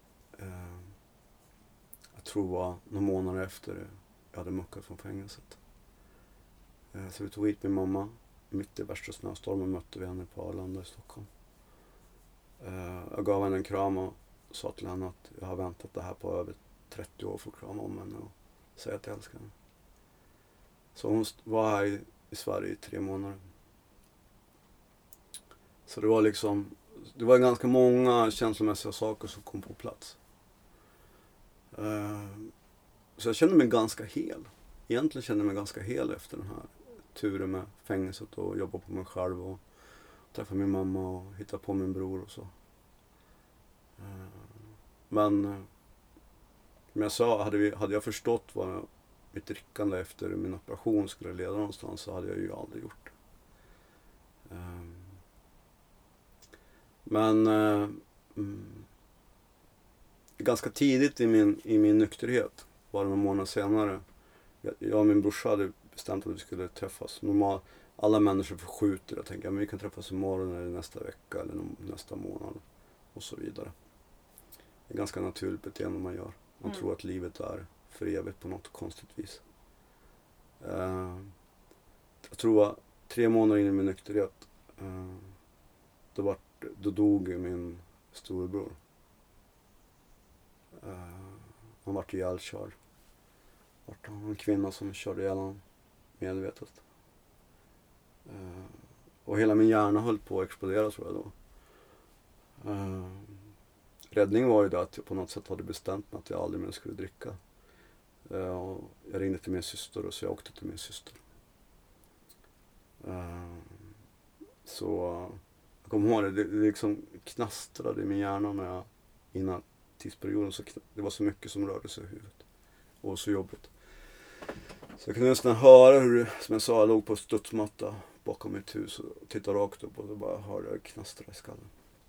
Jag tror det var några månader efter jag hade muckat från fängelset. Så vi tog hit min mamma. Mitt i värsta snöstormen mötte vi henne på Arlanda i Stockholm. Jag gav henne en kram och sa till henne att jag har väntat det här på över 30 år för att krama om henne och säga att jag älskar henne. Så hon var här i Sverige i 3 månader. Så det var ganska många känslomässiga saker som kom på plats. Så jag kände mig ganska hel. Egentligen kände jag mig ganska hel efter den här turen med fängelset och jobba på mig själv och träffa min mamma och hitta på min bror och så. Men som jag sa, hade jag förstått vad mitt drickande efter min operation skulle leda någonstans så hade jag ju aldrig gjort det. Men ganska tidigt i min nykterhet, bara några månader senare, jag och min brorsa hade bestämt att vi skulle träffas. Normalt, alla människor förskjuter och tänker att vi kan träffas imorgon eller nästa vecka eller nästa månad och så vidare. Det är ganska naturligt beteende man gör. Man tror att livet är för evigt på något konstigt vis. Jag tror att 3 månader in i min nykterhet då dog min storebror. Han vart ihjälkörd. Vart en kvinna som körde ihjäl honom medvetet. Och hela min hjärna höll på att explodera, tror jag då. Räddningen var ju det att jag på något sätt hade bestämt mig att jag aldrig mer skulle dricka. Och jag ringde till min syster och så jag åkte till min syster. Så jag kommer ihåg det liksom knastrade i min hjärna när jag, innan tidsperioden, så det var så mycket som rörde sig i huvudet. Och så jobbigt. Så jag kunde nästan höra hur, som jag sa, jag låg på studsmatta bakom mitt hus och tittade rakt upp och så bara hörde jag knastra i skallen.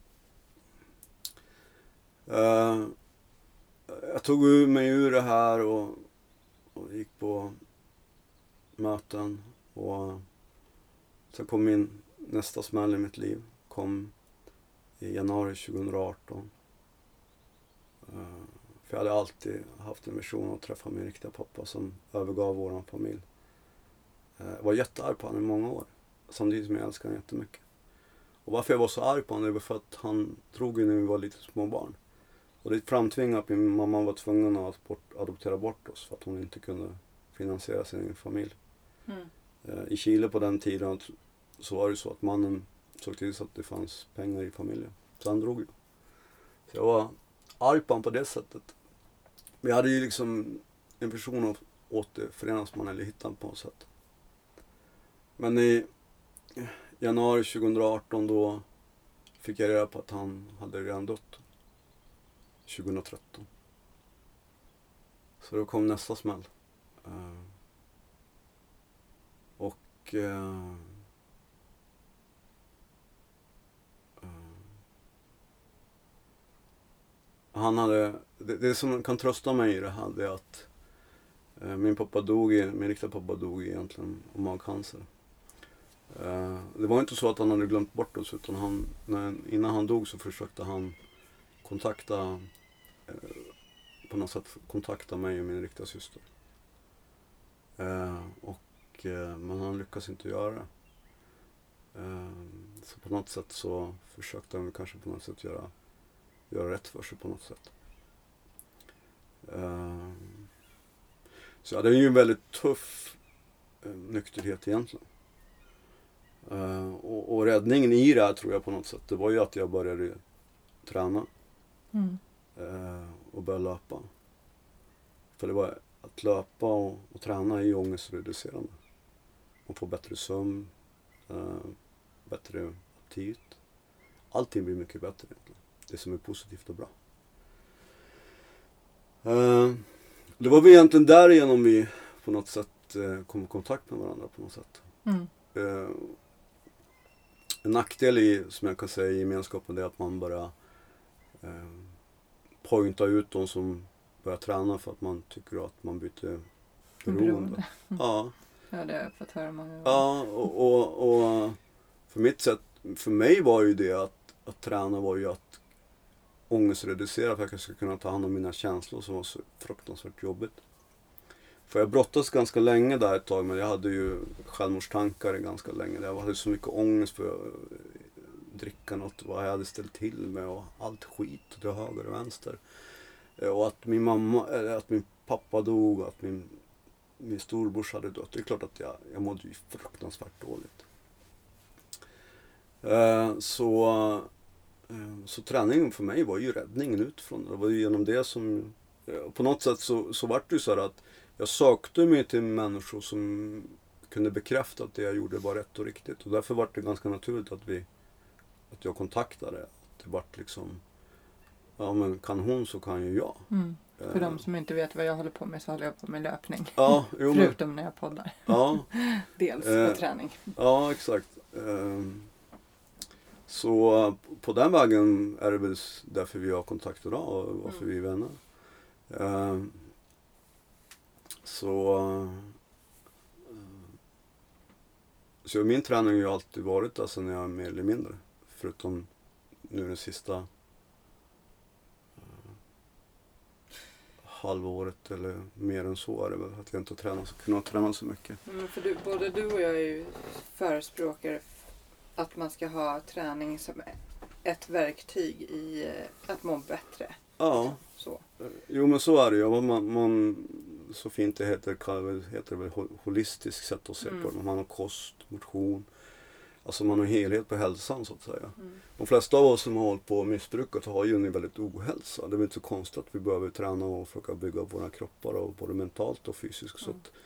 Jag tog mig ur det här och gick på möten, och sen kom min nästa smäll i mitt liv. Kom i januari 2018. För jag hade alltid haft en vision att träffa min riktiga pappa som övergav våran familj. Jag var jättearg på honom i många år, samtidigt som jag älskar honom jättemycket. Och varför jag var så arg på honom, det var för att han drog när vi var lite små barn. Och det framtvingade att min mamma var tvungen att adoptera bort oss för att hon inte kunde finansiera sin egen familj. I Chile på den tiden så var det så att mannen såg till så att det fanns pengar i familjen. Så han drog ju. Så jag var arg på honom på det sättet. Vi hade ju liksom en person att återförenas man eller hitta på något sätt. Men i januari 2018 då fick jag reda på att han hade redan dött. 2013. Så då kom nästa smäll. Han hade, det som kan trösta mig i det här är att min riktiga pappa dog egentligen av magcancer. Det var inte så att han hade glömt bort oss, utan innan han dog så försökte han på något sätt kontakta mig och min riktiga syster. Men han lyckas inte göra det. Så på något sätt så försökte han kanske på något sätt göra rätt för sig på något sätt. Så ja, det är ju en väldigt tuff nykterhet egentligen. Och räddningen i det här, tror jag på något sätt, det var ju att jag började träna. Och började löpa. För det var att löpa och träna är ju ångestreducerande. Man får bättre sömn, bättre aptit. Allting blir mycket bättre egentligen. Det som är positivt och bra. Det var väl egentligen därigenom vi på något sätt kom i kontakt med varandra på något sätt. En nackdel som jag kan säga i gemenskapen, det är att man börjar pointa ut de som börjar träna för att man tycker att man byter beroende. Ja. Ja, det har jag fått höra många gånger. Ja, och för mig var ju det att träna var ju att ångestreducera för att jag skulle kunna ta hand om mina känslor som var så fruktansvärt jobbigt. För jag brottades ganska länge där ett tag, men jag hade ju självmordstankar ganska länge. Jag hade så mycket ångest för att dricka något, vad jag hade ställt till med och allt skit till höger och vänster. Och att min pappa dog och att min storbrors hade dött. Det är klart att jag mådde ju fruktansvärt dåligt. Så träningen för mig var ju räddningen utifrån. Det var ju genom det som på något sätt så var det ju så här att jag sökte mig till människor som kunde bekräfta att det jag gjorde var rätt och riktigt. Och därför var det ganska naturligt att jag kontaktade. Det var liksom, ja men kan hon så kan ju jag. För de som inte vet vad jag håller på med, så håller jag på med löpning. Ja, Förutom när jag poddar. Ja. Dels på träning. Ja, exakt. Så på den vägen är det väl därför vi har kontakt idag och varför vi är vänner. Så min träning har ju alltid varit där sen jag är mer eller mindre. Förutom nu den sista halvåret eller mer än så är det väl. Att jag inte kunnat träna så mycket. För både du och jag är ju förespråkare att man ska ha träning som ett verktyg i att må bättre. Ja. Så. Jo, men så är det ju. Man så fint det heter väl holistiskt sätt att se på det. Man har kost, motion. Alltså man har helhet på hälsan så att säga. De flesta av oss som har hållit på missbruket har ju en väldigt ohälsa. Det är väl inte så konstigt att vi behöver träna och försöka bygga upp våra kroppar och både mentalt och fysiskt.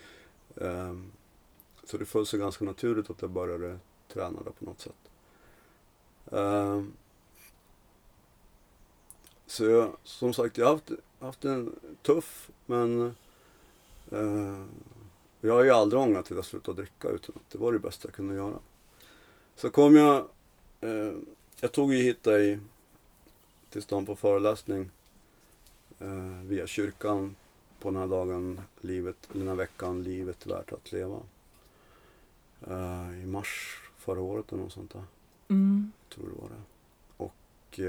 Så det föll sig ganska naturligt att jag började träna det på något sätt. Så jag, som sagt, jag har haft en tuff, men jag har ju aldrig ångrat till att sluta dricka, utan att det var det bästa jag kunde göra. Så kom jag tog ju hit dig till stan på föreläsning via kyrkan på den här dagen, den här veckan, livet värt att leva. I mars förra året eller något sånt där. Tror det var det. Och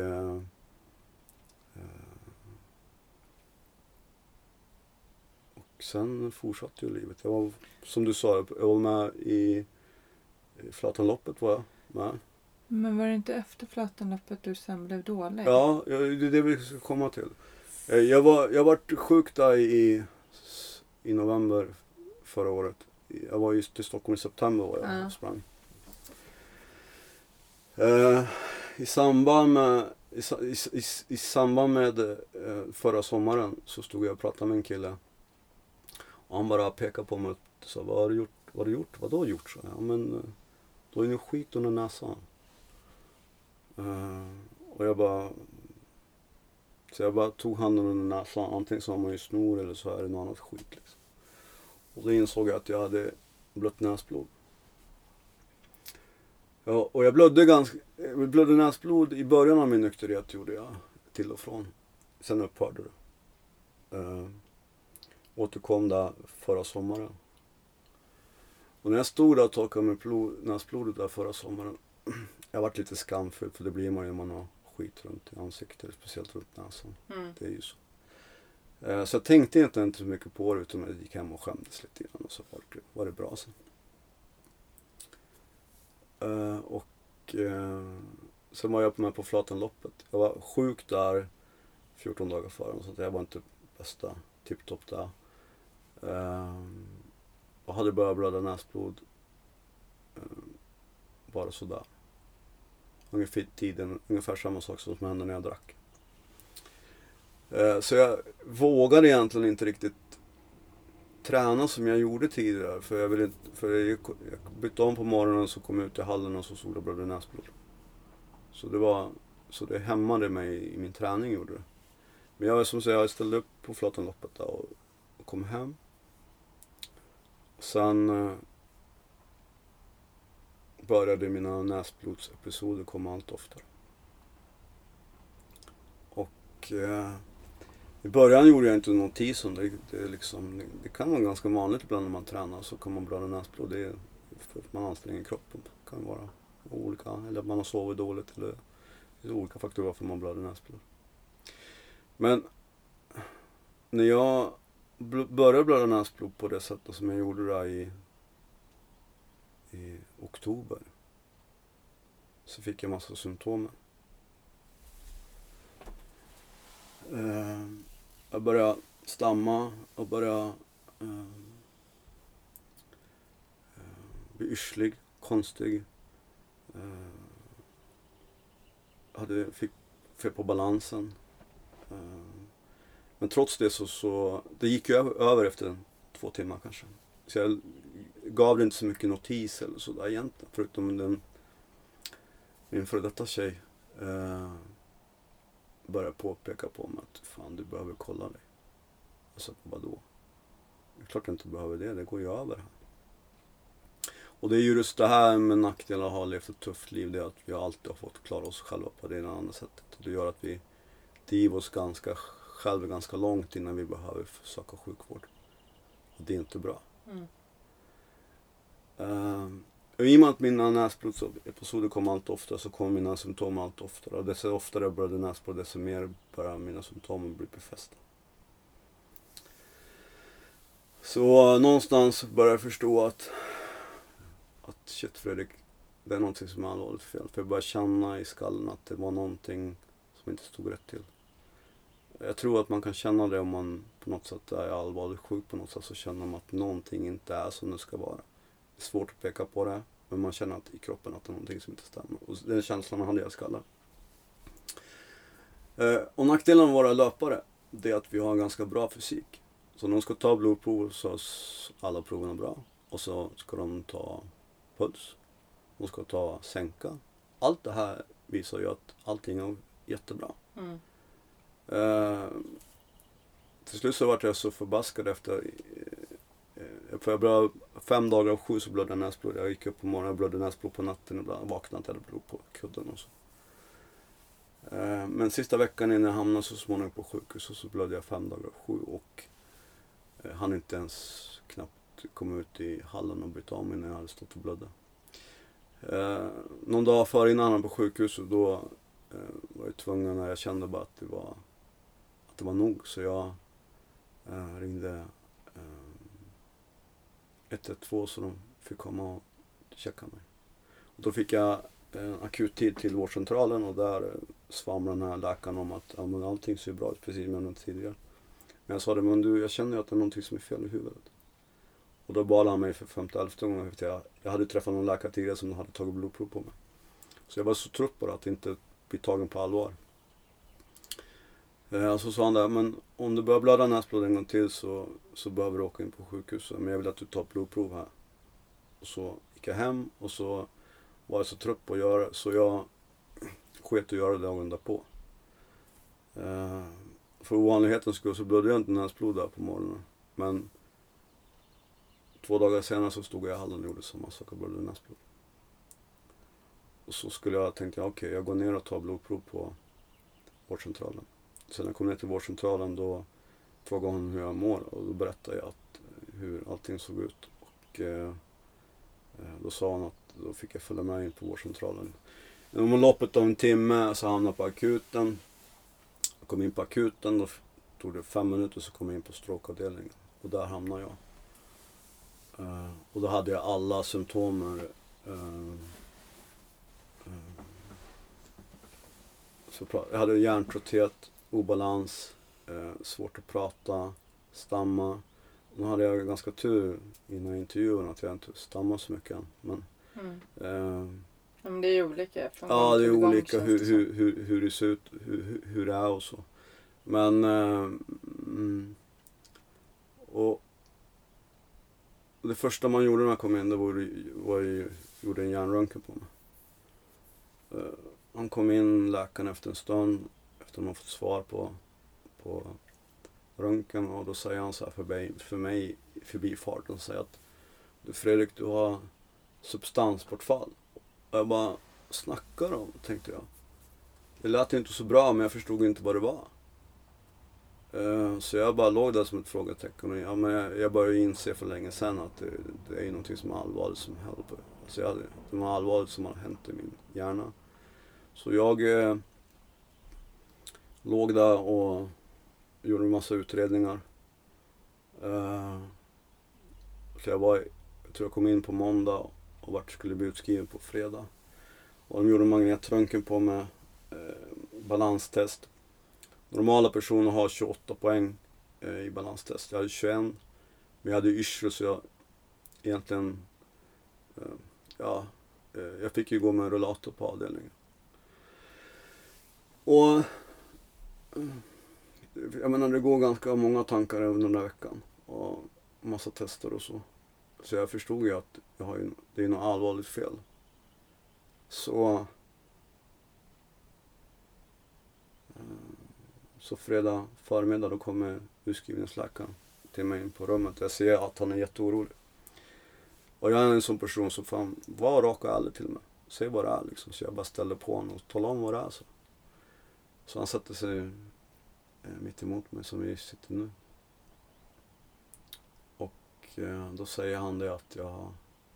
sen fortsatte ju livet. Jag var, som du sa, jag var med i Flatanloppet var jag med. Men var det inte efter Flatanloppet du sen blev dålig? Ja, det är det vi ska komma till. Jag var sjuk där i november förra året. Jag var just i Stockholm i september och jag sprang. I samband med förra sommaren så stod jag och pratade med en kille. Och han bara pekade på mig och sa, vad har du gjort? Vad då gjort? Så ja, men då är det skit under näsan. Och jag bara tog handen under näsan. Antingen så har man ju snor eller så är det något annat skit liksom. Och då insåg jag att jag hade blött näsblod. Ja, och jag blödde näsblod i början av min nykterhet, gjorde jag till och från. Sen upphörde det. Återkom där förra sommaren. Och när jag stod där och torkade med näsblodet där förra sommaren, jag varit lite skamfull, för det blir man ju när man har skit runt i ansiktet, speciellt runt näsan. Det är ju så. Så jag tänkte inte så mycket på det, utan jag gick hem och skämdes lite grann, och så var det bra sen. Sen var jag med på Flatanloppet. Jag var sjuk där 14 dagar före, så jag var inte bästa tipptopp där. Och hade börjat blöda näsblod bara sådär. Ungefär samma sak som hände när jag drack. Så jag vågade egentligen inte riktigt träna som jag gjorde tidigare. För jag bytte om på morgonen, så kom jag ut i hallen och så såg jag blödde näsblod. Så det hämmade mig i min träning, gjorde det. Men jag ställde upp på Flatanloppet där och kom hem. Sen började mina näsblodsepisoder komma allt oftare. Och i början gjorde jag inte notis om det. Det kan vara ganska vanligt ibland när man tränar, så kan man blöda näsblod. Det är för att man anstränger kroppen. Det kan vara olika, eller att man har sovit dåligt, eller det är olika faktorer för man blöder näsblod. Men när jag började blöda näsblod på det sättet som jag gjorde där i oktober, så fick jag massa symptom. Jag började stamma och började bli yrslig, konstig. Fick fel på balansen. Men trots det så det gick ju över efter 2 timmar kanske. Så jag gav det inte så mycket notis eller sådär egentligen. Förutom min före detta tjej började påpeka på mig att fan, du behöver kolla dig. Jag sa, vadå? Det är klart jag inte behöver det går ju över här. Och det är ju just det här med nackdelen att ha levt ett tufft liv, det är att vi alltid har fått klara oss själva på det ena eller andra sättet. Och det gör att vi driver oss ganska långt innan vi behöver söka sjukvård. Och det är inte bra. Och i och med att mina näsblodsepisoder kom allt oftare, så kom mina symptom allt oftare. Och desto oftare jag började näsblod, desto mer började mina symptom bli befästa. Så någonstans började jag förstå att shit Fredrik, Det är någonting som är allvarligt fel. För jag började känna i skallen att det var någonting som inte stod rätt till. Jag tror att man kan känna det om man på något sätt är allvarligt sjuk på något sätt, så känner man att någonting inte är som det ska vara. Det är svårt att peka på det, men man känner att i kroppen att det är någonting som inte stämmer. Och den känslan hade jag i skallen. Och nackdelen av våra löpare, det är att vi har en ganska bra fysik. Så när de ska ta blodprov så är alla proverna bra. Och så ska de ta puls. De ska ta sänka. Allt det här visar ju att allting är jättebra. Mm. Till slut så var jag så förbaskad efter för jag blöd 5 dagar av 7 så blödde jag näsblod. Jag gick upp på morgonen och blödde näsblod på natten, ibland vaknade jag hade blod på kudden och så. Men sista veckan innan jag hamnade så småningom på sjukhus så blödde jag 5 dagar av 7 och hann inte ens knappt komma ut i hallen och byta av mig när jag hade stått och blödde. Någon dag före innan han på sjukhuset då var jag tvungen, när jag kände bara att det var nog, så jag ringde 112 så de fick komma och checka mig. Och då fick jag akut tid till vårdcentralen och där svamlade den här läkaren om att ja, men allting ser bra ut, precis som jag nämnde tidigare. Men jag sa det, men du, jag känner ju att det är någonting som är fel i huvudet. Och då bad han mig för 50-11 gånger. Jag hade träffat någon läkare tidigare som hade tagit blodprov på mig. Så jag var så trött på det, att inte bli tagen på allvar. Så sa han där, men om du börjar blöda näsblod en gång till så behöver du åka in på sjukhuset. Men jag vill att du tar blodprov här. Och så gick jag hem och så var jag så trött på att göra det, så jag sket att göra det dagen därpå. För ovanlighetens skull så blödde jag inte näsblod där på morgonen. Men 2 dagar senare så stod jag i hallen och gjorde samma sak och blödde näsblod. Och så tänkte jag okej, jag går ner och tar blodprov på vårdcentralen. Sen när jag kom ner till vårdcentralen då frågade hon hur jag mår och då berättade jag hur allting såg ut. Och då sa hon att då fick jag följa med in på vårdcentralen. Inom loppet av en timme så hamnade jag på akuten. Jag kom in på akuten, då tog det 5 minuter så kom jag in på stråkavdelningen. Och där hamnade jag. Och då hade jag alla symptomer. Jag hade hjärntrötthet, obalans, svårt att prata, stamma. Nu hade jag ganska tur innan intervjun att jag inte stammar så mycket än. Men men det är ju olika. Ja, det är olika hur det ser ut, hur det är och så. Men och det första man gjorde när jag kom in, det gjorde en hjärnröntgen på mig. Han kom in, läkaren, efter en stund, efter att man fått svar på röntgen, och då säger han så här för mig i förbifarten, och säger att du Fredrik, du har substansbortfall. Och jag bara, snackar om, tänkte jag. Det lät inte så bra, men jag förstod inte vad det var. Så jag bara låg där som ett frågetecken. Ja, men jag började inse för länge sedan att det är någonting som är allvarligt som händer. Alltså det var allvarligt som har hänt i min hjärna. Så jag låg där och gjorde en massa utredningar. Så jag tror jag kom in på måndag och skulle bli utskriven på fredag. Och de gjorde magnetröntgen på mig, balanstest. Normala personer har 28 poäng i balanstest. Jag hade 21, men jag hade yrsel, så jag egentligen, jag fick ju gå med rullator på avdelningen. Och jag menar, det går ganska många tankar under den där veckan och massa tester och så. Så jag förstod ju att det är något allvarligt fel. Så fredag förmiddag då kommer utskrivningsläkaren till mig in på rummet. Jag ser att han är jätteorolig. Och jag är en sån person som fan var rak och ärlig till mig. Säg vad det är liksom. Så jag bara ställer på honom och talar om vad det är. Så han sätter sig mitt emot mig som vi sitter nu. Och då säger han det att jag har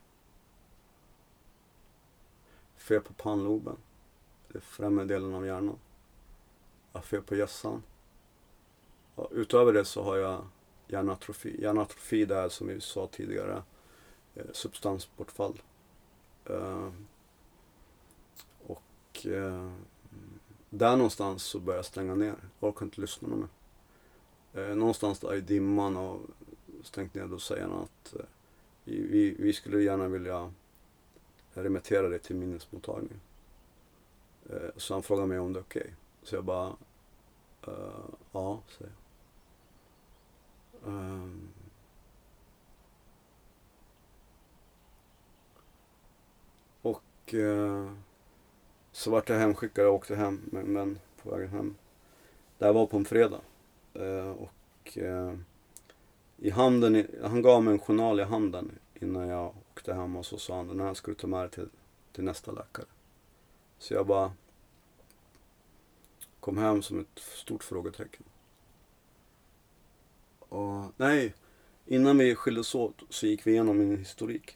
fel på pannloben. Det är främre delen av hjärnan. Jag har fel på hjässan. Och utöver det så har jag hjärnatrofi. Hjärnatrofi, det är som vi sa tidigare substansbortfall. där någonstans så började jag stänga ner. Jag orkade inte lyssna mer. Någonstans där i dimman och stängt ner, då säger han att vi skulle gärna vilja remittera det till minnesmottagning. Så han frågade mig om det är okej. Så jag bara, ja, säger jag. Så vart jag hemskickad och åkte hem, men på vägen hem. Det här var på en fredag. I handen, han gav mig en journal i handen innan jag åkte hem, och så sa han, den här ska du ta med dig till nästa läkare. Så jag bara kom hem som ett stort frågetecken. Och nej, innan vi skildes åt så gick vi igenom min historik.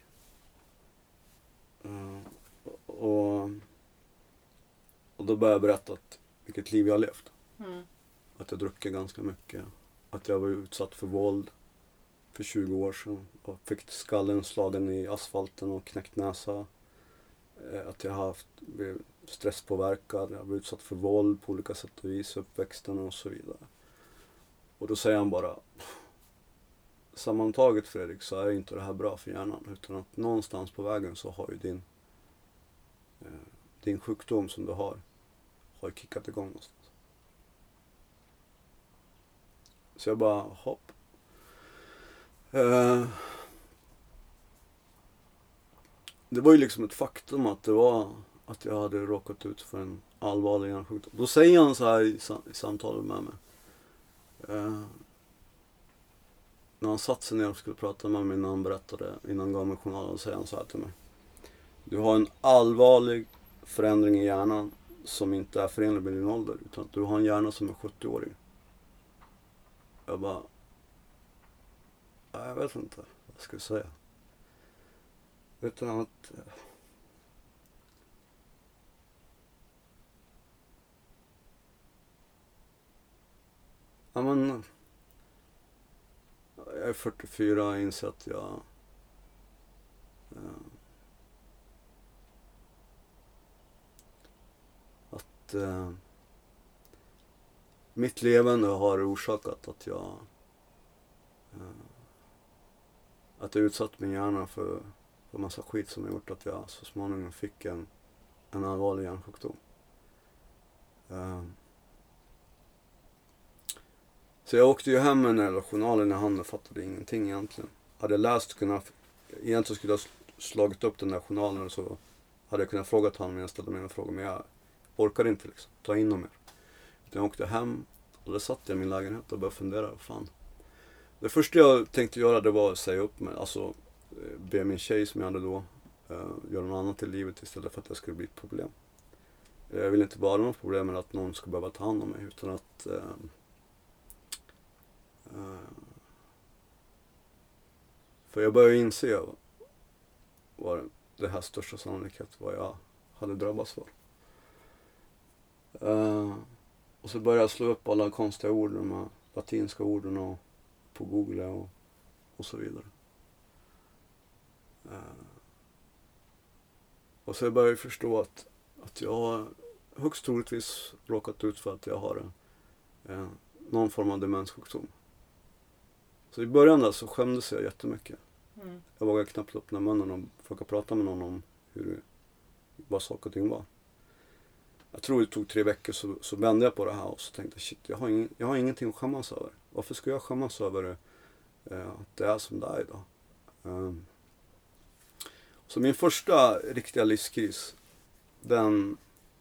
Och då började jag berätta vilket liv jag har levt. Att jag druckit ganska mycket. Att jag var utsatt för våld för 20 år sedan. Och fick skallen slagen i asfalten och knäckt näsa. Att jag har haft stresspåverkad. Jag var utsatt för våld på olika sätt och vis. Uppväxten och så vidare. Och då säger han bara, sammantaget Fredrik, så är inte det här bra för hjärnan. Utan att någonstans på vägen så har ju din sjukdom som du har kickat igång någonstans. Så jag bara, hopp. Det var ju liksom ett faktum att jag hade råkat ut för en allvarlig hjärnsjukdom. Då säger han så här i samtalet med mig. När han satt sig ner och skulle prata med mig innan han berättade, innan han gav mig journalen, säger han så här till mig. Du har en allvarlig förändring i hjärnan som inte är förenlig med din ålder, utan att du har en hjärna som är 70-årig. Jag bara, jag vet inte vad ska jag säga. Utan att jag är 44 och inser att mitt levande har orsakat att jag utsatt min hjärna för massa skit som har gjort att jag så småningom fick en allvarlig hjärnsjukdom. Så jag åkte ju hem med den här journalen i handen och fattade ingenting egentligen. Hade jag läst, egentligen skulle jag slagit upp den där journalen och så hade jag kunnat fråga honom när jag ställde mina frågor, men jag orkade inte liksom ta in dem mer. Utan jag åkte hem och där satt jag i min lägenhet och började fundera, fan. Det första jag tänkte göra, det var att säga upp mig, alltså be min tjej som jag hade då göra något annat i livet istället för att det skulle bli ett problem. Jag vill inte bara ha något problem med att någon ska behöva ta hand om mig, utan att för jag började inse vad det här största sannolikhet vad jag hade drabbats för. Och så började jag slå upp alla konstiga ord, de här latinska orden och på Google och så vidare. Och så började jag förstå att jag högst troligtvis råkat ut för att jag har någon form av demenssjukdom. Så i början där så skämdes jag jättemycket. Jag vågade knappt öppna munnen och försöka prata med någon om vad saker och ting var. Jag tror det tog 3 veckor så vände jag på det här och så tänkte shit, jag har ingenting att skämmas över. Varför ska jag skämmas över att det är som det är idag? Så min första riktiga livskris, den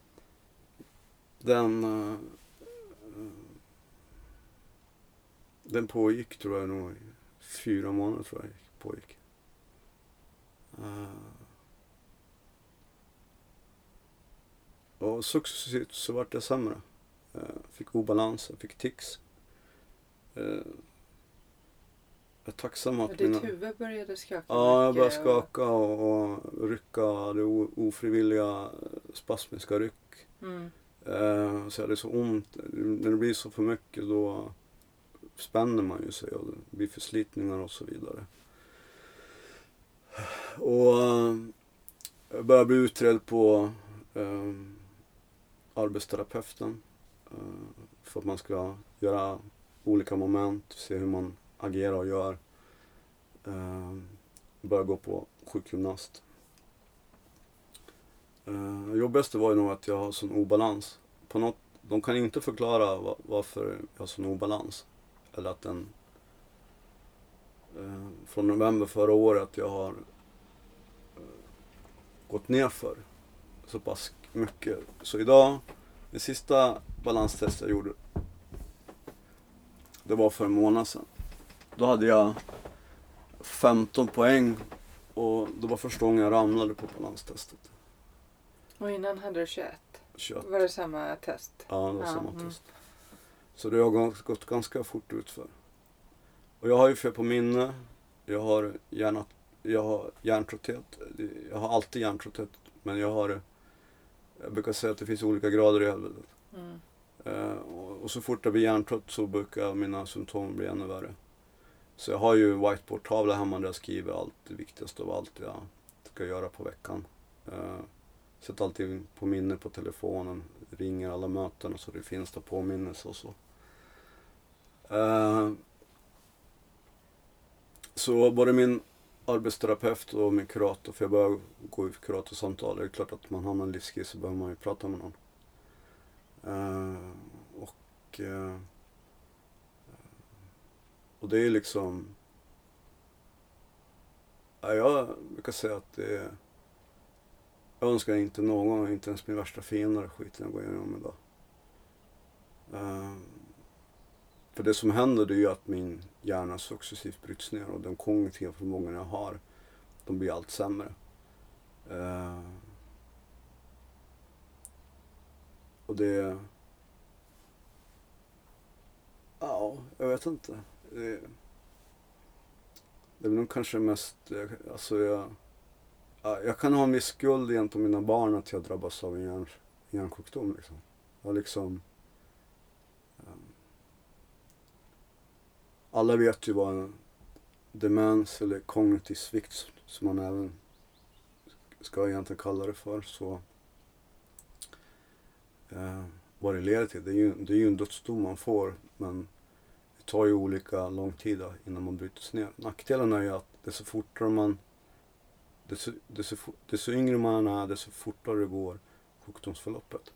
pågick tror jag nog 4 månader tror jag pågick. Och successivt så vart det sämre. Fick obalans, fick tics. Jag är tacksam att ditt huvud började skaka. Ja, jag började skaka och rycka. Det ofrivilliga spasmiska ryck. Så jag hade så ont. När det blir så för mycket då spänner man ju sig och det blir förslitningar och så vidare. Och jag började bli utredd på arbetsterapeuten för att man ska göra olika moment, se hur man agerar och gör. Börja gå på sjukgymnast. Jobbigaste var ju nog att jag har sån obalans. De kan inte förklara varför jag har sån obalans. Eller att den från november förra året att jag har gått ner för så pass mycket. Så idag, det sista balanstest jag gjorde, det var för en månad sedan. Då hade jag 15 poäng och det var första gången jag ramlade på balanstestet. Och innan hade du 21? 21. Var det samma test? Ja, det var samma test. Så det har gått ganska fort ut för. Och jag har ju fel på minne. Jag har hjärntrötthet. Jag har alltid hjärntrötthet. Men jag brukar säga att det finns olika grader i helvetet. Och så fort jag blir hjärntrött så brukar mina symptom bli ännu värre. Så jag har ju whiteboard-tavla hemma där jag skriver allt det viktigaste av allt jag ska göra på veckan. Sätter alltid på minne på telefonen. Ringer alla möten så det finns där påminnelse och så. Så både min arbetsterapeut och min kurator, för jag börjar gå i kuratorsamtal. Det är klart att man har en livskris så behöver man ju prata med någon. Och det är liksom... jag brukar säga att det är... Jag önskar inte någon, inte ens min värsta fiende skiten jag går igenom idag. För det som händer det är ju att min hjärna successivt bryts ner och de kognitiva förmågorna jag har, de blir allt sämre. Och det... Ja, jag vet inte. Det är nog kanske mest... Alltså jag kan ha en viss skuld egentligen på mina barn att jag drabbas av en hjärnsjukdom. Liksom. Jag liksom... Alla vet ju vad en demens eller kognitiv svikt som man även ska egentligen kalla det för. Så vad det leder till. Det är ju en dödsdom man får, men det tar ju olika lång tid innan man bryts ner. Nackdelen är ju att desto fortare man desto yngre man är, desto fortare går sjukdomsförloppet.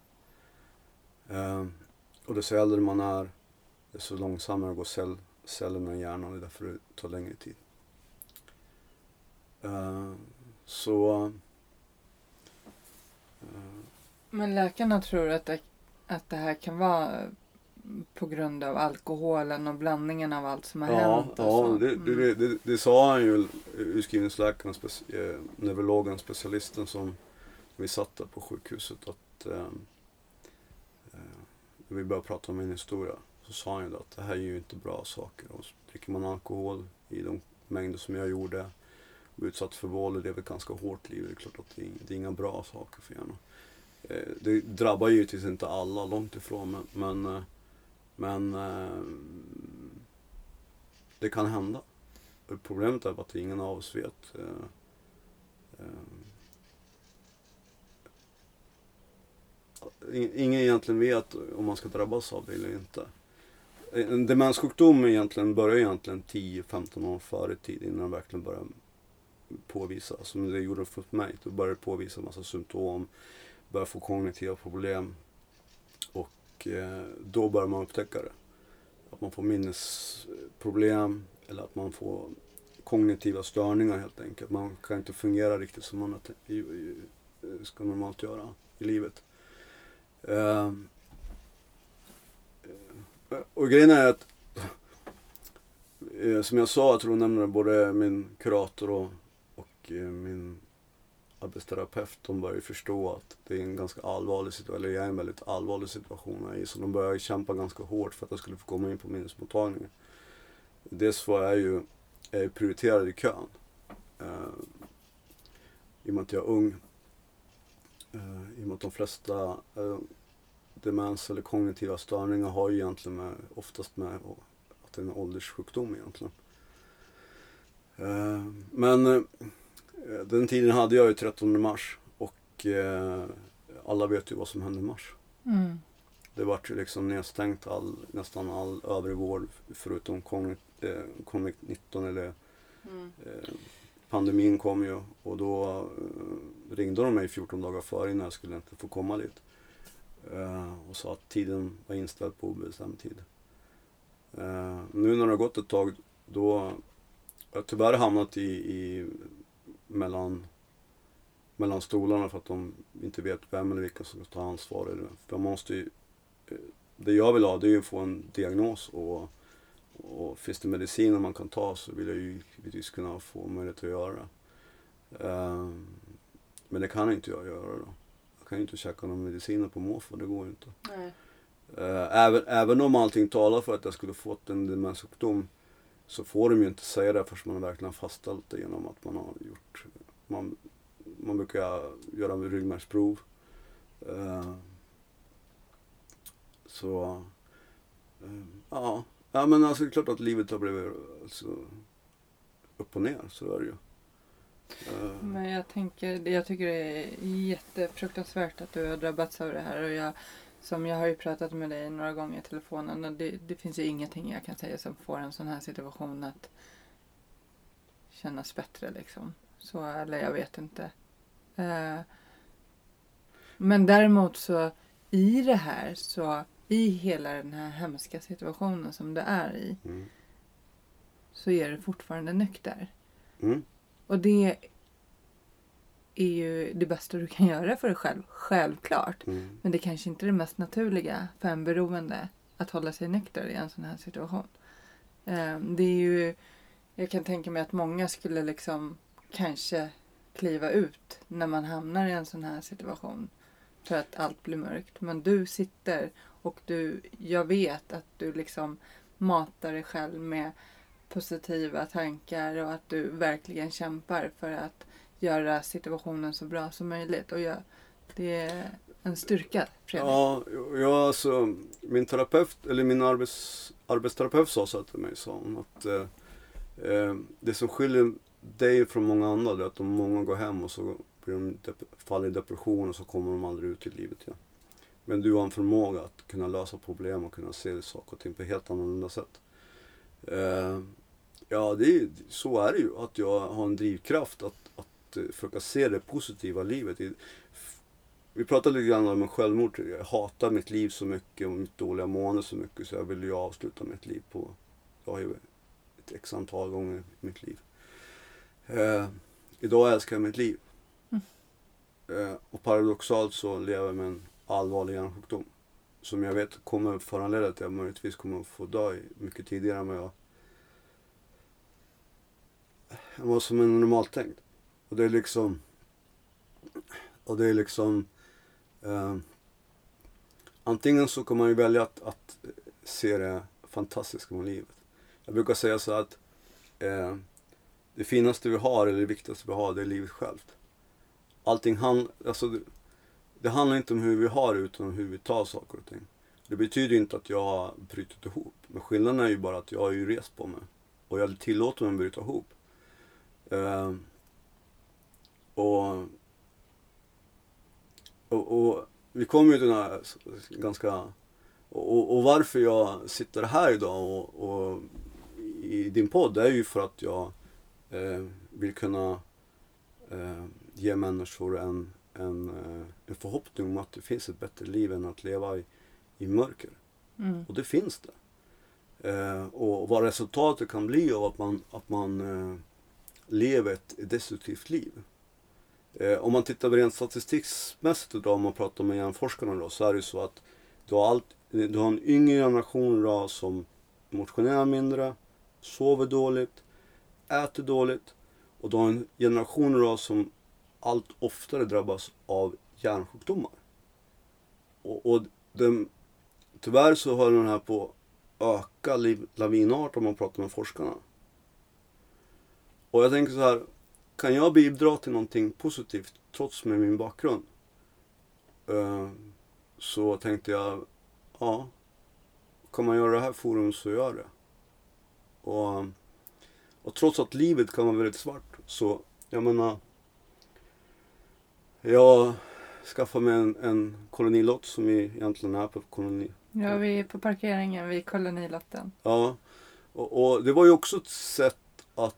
Och desto äldre man är, desto långsammare går cellerna i hjärnan, och därför det tar längre tid. Men läkarna tror att det här kan vara på grund av alkoholen och blandningen av allt som har hänt? Ja, det sa han ju, utskrivningsläkaren, neurologen, specialisten som vi satt där på sjukhuset, att när vi började prata om min historia så sa han ju att det här är ju inte bra saker. Och dricker man alkohol i de mängder som jag gjorde och utsatt för våld och det är ett ganska hårt liv, det är klart att det är inga bra saker för hjärnan. Det drabbar ju givetvis inte alla, långt ifrån, men det kan hända. Problemet är att ingen av oss vet. Ingen egentligen vet om man ska drabbas av det eller inte. En demenssjukdom börjar egentligen 10-15 år före tid innan den verkligen börjar påvisa. Som det gjorde för mig. Då börjar det påvisa en massa symptom, börjar få kognitiva problem och då börjar man upptäcka det. Att man får minnesproblem eller att man får kognitiva störningar helt enkelt. Man kan inte fungera riktigt som man ska normalt göra i livet. Och grejen är att som jag sa, jag tror jag nämnde både min kurator och min arbetsterapeut, de börjar förstå att det är en ganska allvarlig situation, eller jag är en väldigt allvarlig situation i, så de börjar kämpa ganska hårt för att jag skulle få komma in på minnesmottagningen. Dels var jag ju prioriterad i kön i och med att jag är ung, i och med att de flesta demens eller kognitiva störningar har ju egentligen oftast med att det är en ålderssjukdom egentligen. Men den tiden hade jag ju 13 mars och alla vet ju vad som hände i mars. Det var liksom nedstängt nästan all övrig vård förutom covid-19 eller pandemin kom ju, och då ringde de mig 14 dagar före innan jag skulle inte få komma dit. Och sa att tiden var inställd på obestämd tid. Nu när det har gått ett tag, då har jag tyvärr hamnat i mellan stolarna för att de inte vet vem eller vilka som ska ta ansvar. För man måste ju, det jag vill ha, det är ju att få en diagnos, och finns det mediciner man kan ta så vill jag ju givetvis kunna få möjlighet att göra det. Men det kan inte jag göra då. Jag kan ju inte käka någon mediciner på måfå, det går ju inte. Nej. Även om allting talar för att jag skulle fått en demenssjukdom, så får de ju inte säga det förrän man verkligen fastställt det genom att man har gjort, man brukar göra en ryggmärgsprov. Ja, men alltså det är klart att livet har blivit alltså, upp och ner, så är det ju. Men jag tycker det är jättefruktansvärt att du har drabbats av det här, och jag har ju pratat med dig några gånger i telefonen, och det finns ju ingenting jag kan säga som får en sån här situation att kännas bättre liksom. Så, eller jag vet inte. Men däremot så i det här, så i hela den här hemska situationen som det är i, så är det fortfarande nykter. Och det är ju det bästa du kan göra för dig själv, självklart. Men det kanske inte är det mest naturliga för en beroende att hålla sig nykter i en sån här situation. Det är ju, jag kan tänka mig att många skulle liksom kanske kliva ut när man hamnar i en sån här situation för att allt blir mörkt. Men du sitter och jag vet att du liksom matar dig själv med positiva tankar, och att du verkligen kämpar för att göra situationen så bra som möjligt. Och det är en styrka, Fredrik. Ja, alltså min terapeut, eller min arbetsterapeut sa så till mig, sa hon, att det som skiljer dig från många andra är att de många går hem och så blir de faller i depression, och så kommer de aldrig ut i livet igen. Men du har en förmåga att kunna lösa problem och kunna se saker och ting på ett helt annorlunda sätt. Ja, så är det ju, att jag har en drivkraft att försöka se det positiva livet. Vi pratade lite grann om självmord. Jag hatar mitt liv så mycket och mitt dåliga mående så mycket, så jag vill ju avsluta mitt liv på ett x antal gånger i mitt liv. Idag älskar jag mitt liv. Och paradoxalt så lever jag med en allvarlig hjärnsjukdom som jag vet kommer föranleda att jag möjligtvis kommer att få dö mycket tidigare än vad jag var som en normalt tänkt. Och det är liksom antingen så kan man ju välja att se det fantastiska med livet. Jag brukar säga så att det finaste vi har, eller det viktigaste vi har, det är livet självt. Allting det handlar inte om hur vi har det, utan om hur vi tar saker och ting. Det betyder inte att jag har brutit ihop. Men skillnaden är ju bara att jag har ju rest på mig. Och jag tillåter mig att bryta ihop. Och vi kommer ju till den här ganska... Och varför jag sitter här idag och i din podd är ju för att jag vill kunna ge människor en förhoppning om att det finns ett bättre liv än att leva i mörker. Och det finns det. Och vad resultatet kan bli av att man lever ett destruktivt liv. Om man tittar rent statistikmässigt idag, om man pratar med hjärnforskarna då, så är det så att du har en yngre generation idag som motionerar mindre, sover dåligt, äter dåligt, och du har en generation idag som allt oftare drabbas av hjärnsjukdomar. Och tyvärr så har den här på öka lavinart om man pratar med forskarna. Och jag tänker så här, kan jag bidra till någonting positivt trots med min bakgrund? Så tänkte jag, ja, kan man göra det här forum så gör det. Och trots att livet kan vara väldigt svart, så jag menar, skaffade mig en kolonilott som vi egentligen är på koloni. Ja, vi är på parkeringen vid kolonilotten. Ja, och det var ju också ett sätt att,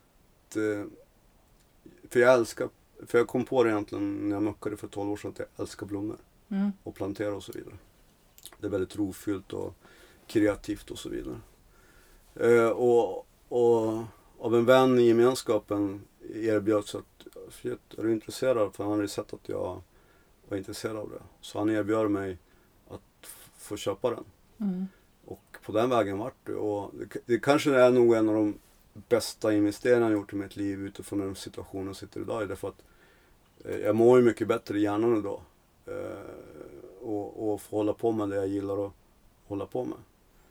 för jag kom på det egentligen när jag muckade för 12 år sedan, att jag älskar blommor och plantera och så vidare. Det är väldigt rofyllt och kreativt och så vidare. Och av en vän i gemenskapen erbjöds att, är du intresserad? För han hade sett att jag var intresserad av det. Så han erbjöd mig att få köpa den. Och på den vägen vart det. Och det kanske är nog en av de bästa investeringarna jag gjort i mitt liv utifrån den situationen jag sitter idag i. Därför att jag mår ju mycket bättre i hjärnan idag. Och få hålla på med det jag gillar att hålla på med.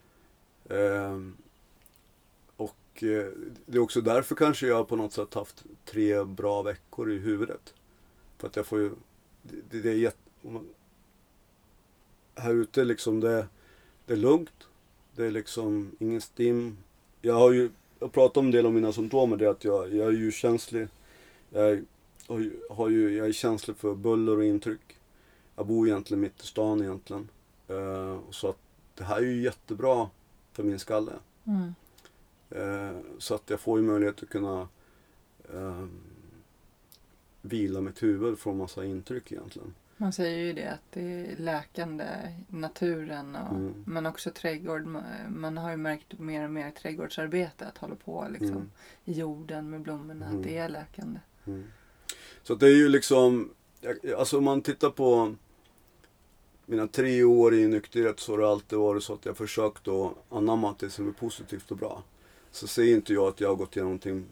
Och det är också därför kanske jag på något sätt haft 3 bra veckor i huvudet. För att jag får ju, det är här ute liksom det är lugnt. Det är liksom ingen stim. Jag pratat om en del av mina symptom, det är att jag är ju känslig. Jag är känslig för buller och intryck. Jag bor egentligen mitt i stan egentligen. Så att det här är ju jättebra för min skalle. Så att jag får ju möjlighet att kunna vila mitt huvud från massa intryck egentligen. Man säger ju det att det är läkande naturen men också trädgård. Man har ju märkt mer och mer trädgårdsarbete att hålla på liksom, i jorden med blommorna. Att det är läkande. Så att det är ju liksom, alltså om man tittar på mina 3 år i nykterhet, så har det alltid varit så att jag försökt att anamma det som är positivt och bra. Så säger inte jag att jag har gått igenom någonting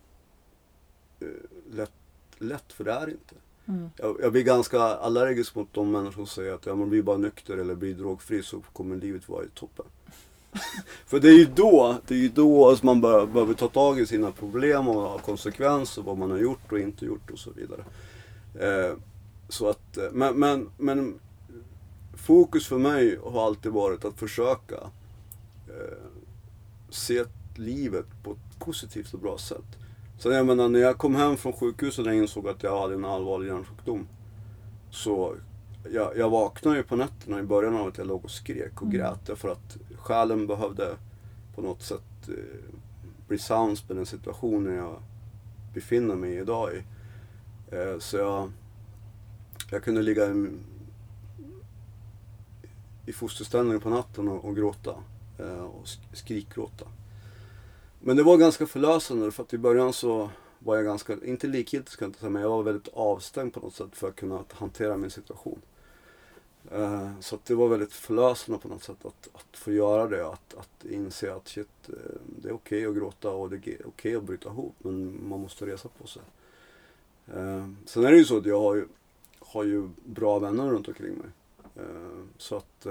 lätt, för det är inte. Jag blir ganska allergisk mot de människor som säger att man blir bara nykter eller blir drogfri så kommer livet vara i toppen. För det är ju då som man behöver ta tag i sina problem och ha konsekvenser, vad man har gjort och inte gjort och så vidare. Så att, men fokus för mig har alltid varit att försöka se livet på ett positivt och bra sätt. Så jag menar, när jag kom hem från sjukhuset och insåg att jag hade en allvarlig hjärnsjukdom, så jag vaknade ju på nätterna i början av att jag låg och skrek och grät, för att själen behövde på något sätt bli sams med den situationen jag befinner mig idag i. Så jag kunde ligga i fosterställning på natten och gråta och skrikgråta. Men det var ganska förlösande, för att i början så var jag ganska, inte likgiltig ska jag inte säga, men jag var väldigt avstängd på något sätt för att kunna hantera min situation. Så att det var väldigt förlösande på något sätt att få göra det, att inse att shit, det är okej att gråta och det är okej att bryta ihop, men man måste resa på sig. Sen är det ju så att jag har ju bra vänner runt omkring mig. Så att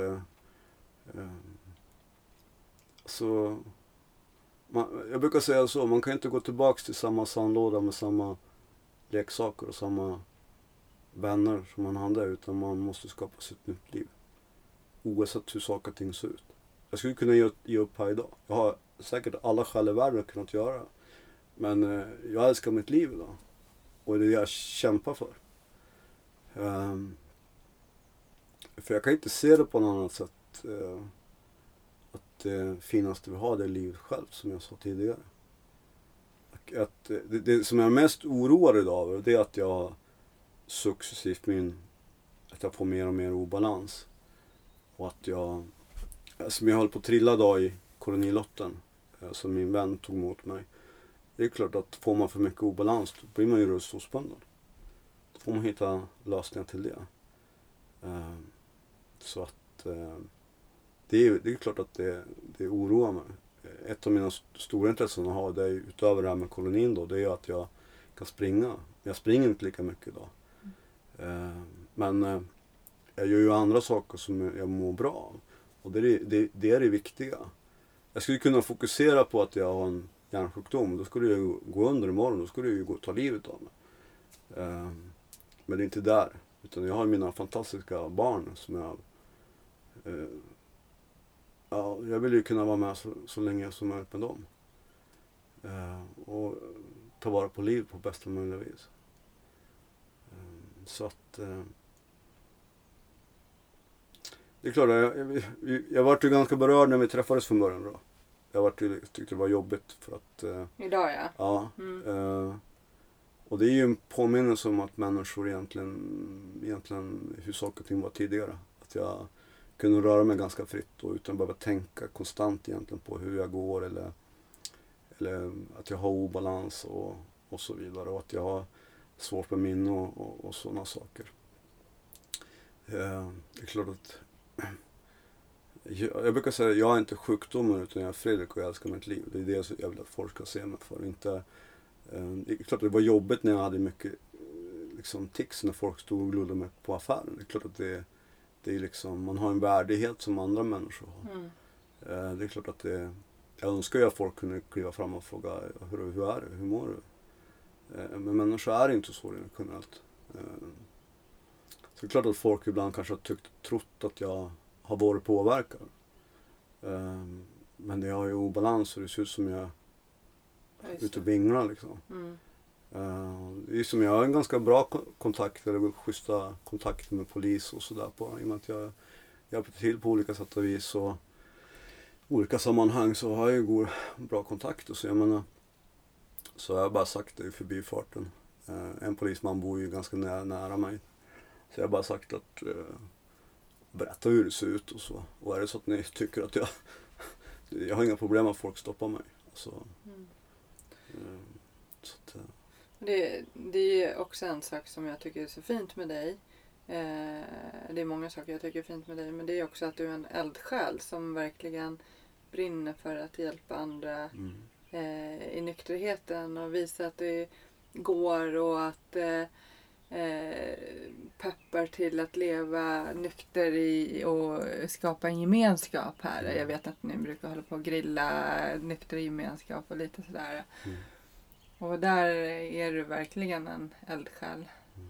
jag brukar säga så, man kan inte gå tillbaka till samma sandlåda med samma leksaker och samma vänner som man hade, utan man måste skapa sitt nytt liv. Oavsett hur saker och ting ser ut. Jag skulle kunna ge upp här idag. Jag har säkert alla skäl i världen kunnat göra. Men jag älskar mitt liv idag. Och det är det jag kämpar för. För jag kan inte se det på något annat sätt. Att det finaste vi har, det är livet själv, som jag sa tidigare. Att det som jag är mest oroad idag, det är att jag successivt att jag får mer och mer obalans. Och att som jag höll på att trilla idag i kolonilotten, som min vän tog emot mig. Det är klart att får man för mycket obalans, då blir man ju rullstolsbunden. Då får man hitta lösningar till det. Så att det är klart att det oroar mig. Ett av mina stora intressen att ha, det är utöver det här med kolonin då, det är att jag kan springa. Jag springer inte lika mycket idag. Men jag gör ju andra saker som jag mår bra av. Och det är det viktiga. Jag skulle kunna fokusera på att jag har en hjärnsjukdom. Då skulle jag gå under imorgon. Då skulle jag ju gå och ta livet av mig. Men det är inte där. Utan jag har mina fantastiska barn som jag vill ju kunna vara med så länge som möjligt med dem. Och ta vara på liv på bästa möjliga vis. Så att det är klart, jag var ju ganska berörd när vi träffades från början då. Tyckte det var jobbigt för att... Idag ja. Ja. Och det är ju en påminnelse om att människor egentligen hur saker och ting var tidigare. Att jag kunde röra mig ganska fritt och utan att behöva tänka konstant egentligen på hur jag går eller att jag har obalans och så vidare. Och att jag har svårt med minne och sådana saker. Det är klart att jag brukar säga att jag är inte sjukdomen utan jag är Fredrik och jag älskar mitt liv. Det är det jag vill att folk ska se mig för. Inte, det är klart att det var jobbigt när jag hade mycket liksom, tics när folk stod och glodde mig på affären. Det är klart att det är liksom, man har en värdighet som andra människor har. Det är klart att jag önskar ju att folk kunde kliva fram och fråga hur är det, hur mår du? Men människor är inte så generellt. Så det är klart att folk ibland kanske har trott att jag har varit påverkad. Men det har ju obalans och det ser ut som jag är ute och vinglar liksom. Det är som jag har en ganska bra kontakt eller schyssta kontakter med polis och sådär på. I och med att jag hjälper till på olika sätt och vis och olika sammanhang så har jag ju bra kontakt. Och så jag menar, så har jag bara sagt det i förbifarten. En polisman bor ju ganska nära mig. Så jag har bara sagt att berätta hur det ser ut och så. Och är det så att ni tycker att jag har inga problem med att folk stoppar mig. Så, så att, det är också en sak som jag tycker är så fint med dig. Det är många saker jag tycker är fint med dig. Men det är också att du är en eldsjäl som verkligen brinner för att hjälpa andra i nykterheten. Och visa att det går och att peppar till att leva nykter och skapa en gemenskap här. Jag vet att ni brukar hålla på och grilla nykter gemenskap och lite sådär. Och där är du verkligen en eldsjäl.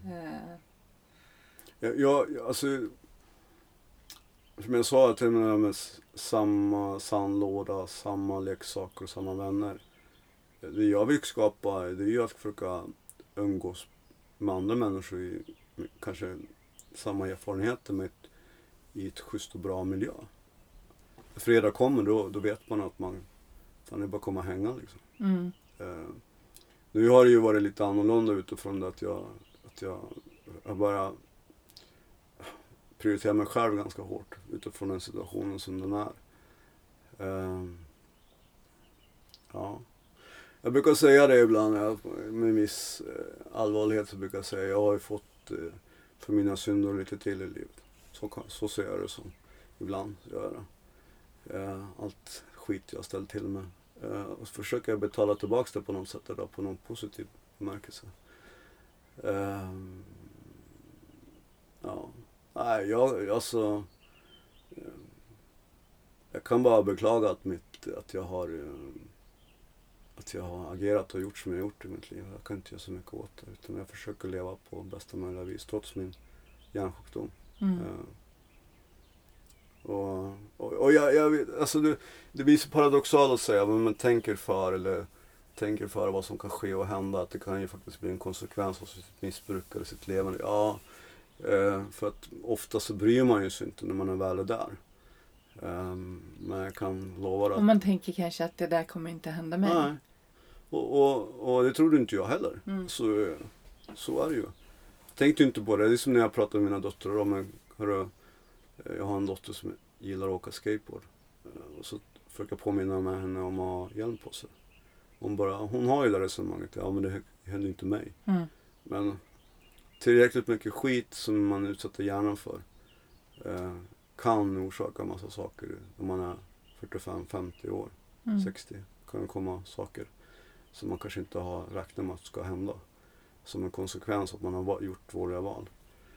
Alltså som jag sa till mig med samma sandlåda, samma leksaker och samma vänner. Det jag vill skapa det är ju att försöka umgås med andra människor i kanske samma erfarenheter med i ett schysst och bra miljö. När fredag kommer då vet man att man är bara komma och hänga liksom. Nu har det ju varit lite annorlunda utifrån det att jag bara prioriterar mig själv ganska hårt utifrån den situationen som den är. Ja. Jag brukar säga det ibland med viss allvarlighet så brukar jag säga jag har ju fått för mina synder lite till i livet. Så ser jag det som. Ibland gör jag det. Allt skit jag ställt till med. Och så försöker jag betala tillbaka det på något sätt eller på någon positiv bemärkelse. Ja. Nej, jag kan bara beklaga att jag har agerat och gjort som jag gjort i mitt liv. Jag kan inte göra så mycket åt det utan jag försöker leva på bästa möjliga vis trots min hjärnsjukdom. Och alltså det blir så paradoxalt att säga men man tänker för vad som kan ske och hända att det kan ju faktiskt bli en konsekvens av sitt missbruk eller sitt levande. Ja, för att ofta så bryr man ju sig inte när man är väl där. Men jag kan lova att... Och man tänker kanske att det där kommer inte hända mig. Nej. Och det trodde inte jag heller. Så är det ju. Jag tänkte inte på det. Det är som när jag pratar med mina döttrar om jag har en dotter som gillar att åka skateboard. Och så försöker jag påminna med henne om att ha hjälm på sig. Hon har ju det resonemanget. Ja men det händer inte mig. Men tillräckligt mycket skit som man utsätter hjärnan för kan orsaka en massa saker när man är 45-50 år. 60 kan det komma saker som man kanske inte har räknat med att ska hända. Som en konsekvens att man har gjort våra val.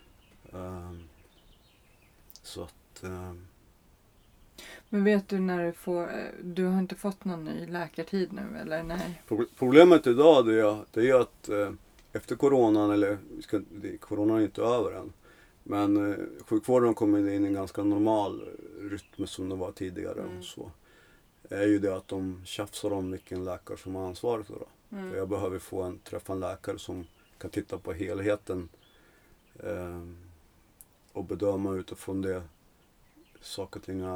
Så att... Men vet du när du har inte fått någon ny läkartid nu eller nej? Problemet idag det är att efter coronan, coronan är inte över än. Men sjukvården kommer in i en ganska normal rytm som det var tidigare. Och så. Är ju det att de tjafsar om vilken läkare som har ansvaret då. För jag behöver träffa en läkare som kan titta på helheten och bedöma utifrån det saker och ting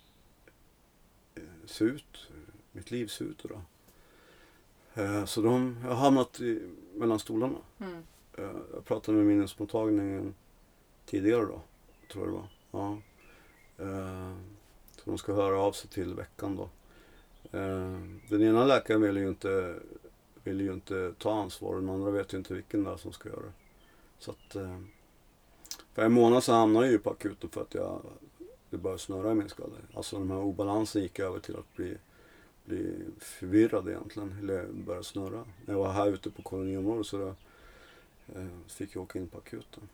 ser ut, mitt liv ser ut då. Så jag har hamnat mellan stolarna. Jag pratade med minnesmottagningen tidigare då, tror jag det var. Ja. Så de ska höra av sig till veckan då. Den ena läkaren vill ju inte ta ansvar, den andra vet ju inte vilken där som ska göra det. Så att för en månad så hamnade jag ju på akuten för att det började snurra i min skalle. Alltså den här obalansen gick över till att bli förvirrad egentligen, eller började snurra. När jag var här ute på koloniområdet så då, fick jag åka in på akuten.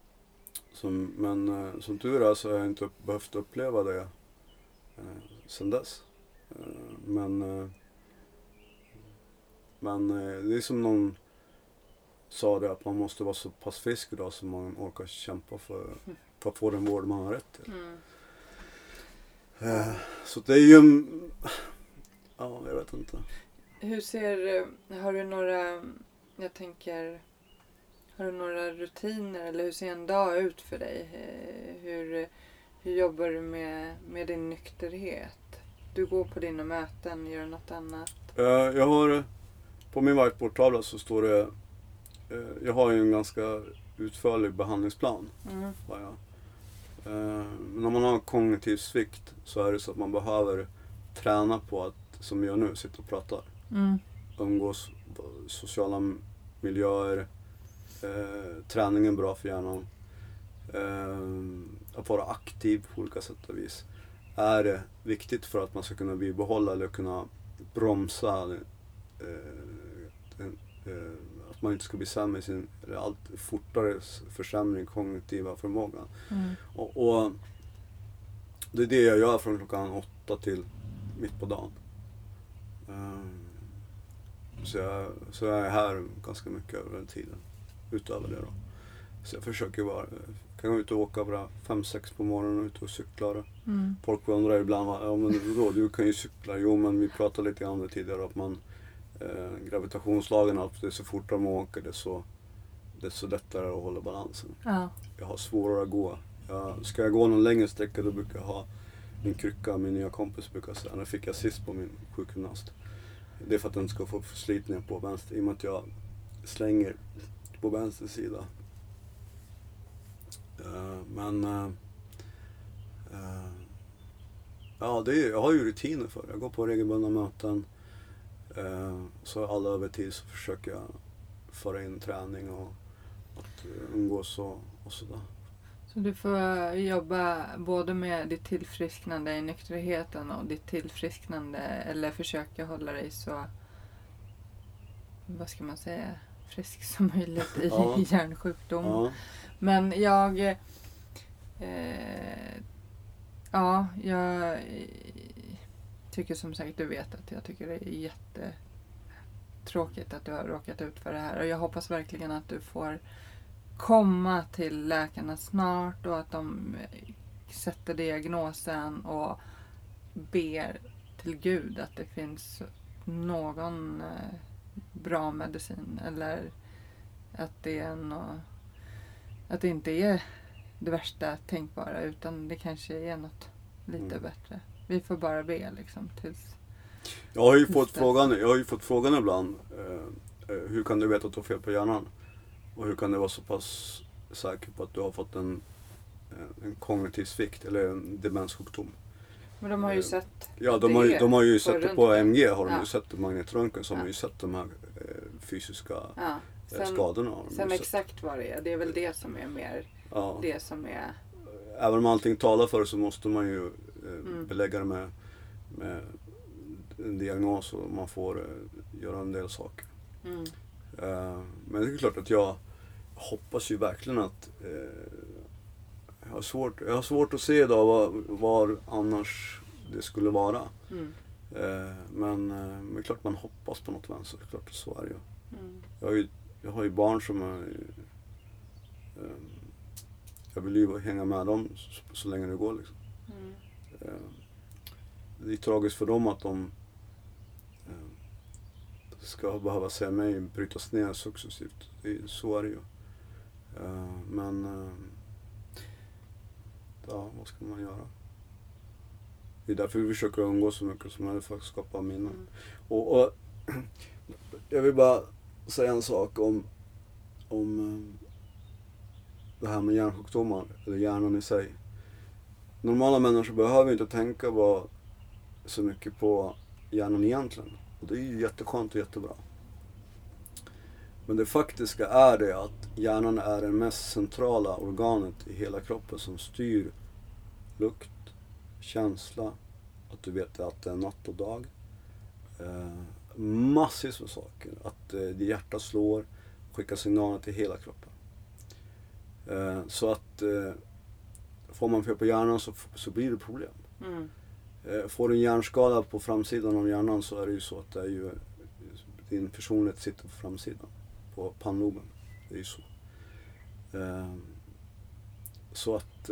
Men som tur är så har jag inte behövt uppleva det sen dess. Men det är som någon sa det, att man måste vara så pass frisk idag så man orkar kämpa för att få den vård man har rätt till. Så det är ju... Ja, jag vet inte. Har du några... Jag tänker... Har du några rutiner eller hur ser en dag ut för dig? Hur jobbar du med din nykterhet? Du går på dina möten, gör något annat? Jag har... På min whiteboardtavla så står det... Jag har ju en ganska utförlig behandlingsplan. Har jag. När man har kognitiv svikt så är det så att man behöver träna på att, som vi gör nu, sitta och prata. Umgås, sociala miljöer, träningen är bra för hjärnan. Att vara aktiv på olika sätt och vis är viktigt för att man ska kunna bibehålla eller kunna bromsa att man inte ska bli sämre i sin, eller allt fortare försämring kognitiva förmågan. Och det är det jag gör från klockan 8 till mitt på dagen. Så jag är här ganska mycket över den tiden, utöver det då. Så jag försöker kan gå ut och åka bara 5-6 på morgonen ut och cykla. Folk undrar ibland, ja men då, du kan ju cykla. Jo, men vi pratade lite om det tidigare, att man gravitationslagen, att det är så fortare man åker, det är så lättare att hålla balansen. Jag har svårare att gå. Ska jag gå någon längre sträcka, då brukar jag ha min krycka, min nya kompis brukar säga. Den fick jag sist på min sjukgymnast. Det är för att den ska få förslitningar på vänster, i och med att jag slänger på vänster sida. Jag har ju rutiner för det. Jag går på regelbundna möten. Så alla över tid så försöker jag föra in träning och att umgås och sådär. Så du får jobba både med ditt tillfrisknande i nykterheten och ditt tillfrisknande, eller försöka hålla dig så, vad ska man säga, frisk som möjligt i hjärnsjukdom. Ja. Men jag tycker, som sagt, du vet att jag tycker det är jättetråkigt att du har råkat ut för det här. Och jag hoppas verkligen att du får komma till läkarna snart och att de sätter diagnosen och ber till Gud att det finns någon bra medicin, eller att det är att det inte är det värsta tänkbara, utan det kanske är något lite bättre. Vi får bara be liksom tills... Jag har ju fått frågan ibland, hur kan du veta att du har fel på hjärnan? Och hur kan du vara så pass säker på att du har fått en kognitiv svikt eller en demenssjukdom? Men de har ju sett... Ja, de har ju sett det på MG, har de ju sett magnetröntgen, så har de ju sett de här fysiska skadorna. Sen exakt vad det är väl det som är mer det som är... Även om allting talar för det, så måste man ju belägga det med en diagnos, och man får göra en del saker. Men det är klart att jag hoppas ju verkligen att jag har svårt att se idag var annars det skulle vara. Men det är klart man hoppas på något vänster, det är klart att så är det ju. Jag har ju barn som jag vill ju hänga med dem så länge det går liksom. Det är tragiskt för dem att de ska behöva se mig brytas ner successivt. Så är det ju. Men vad ska man göra? Det är därför vi försöker umgås så mycket som möjligt för att skapa minnen. Och jag vill bara säga en sak om det här med hjärnsjukdomar, eller hjärnan i sig. Normala människor behöver inte tänka så mycket på hjärnan egentligen. Och det är ju jätteskönt och jättebra. Men det faktiska är det att hjärnan är det mest centrala organet i hela kroppen som styr lukt, känsla, att du vet att det är natt och dag. Massvis med saker. Att det hjärta slår, skickar signaler till hela kroppen. Så att får man fel på hjärnan så blir det problem. Får du en hjärnskada på framsidan av hjärnan så är det ju så att det är ju, din personlighet sitter på framsidan, på pannloben. Det är ju så. Så att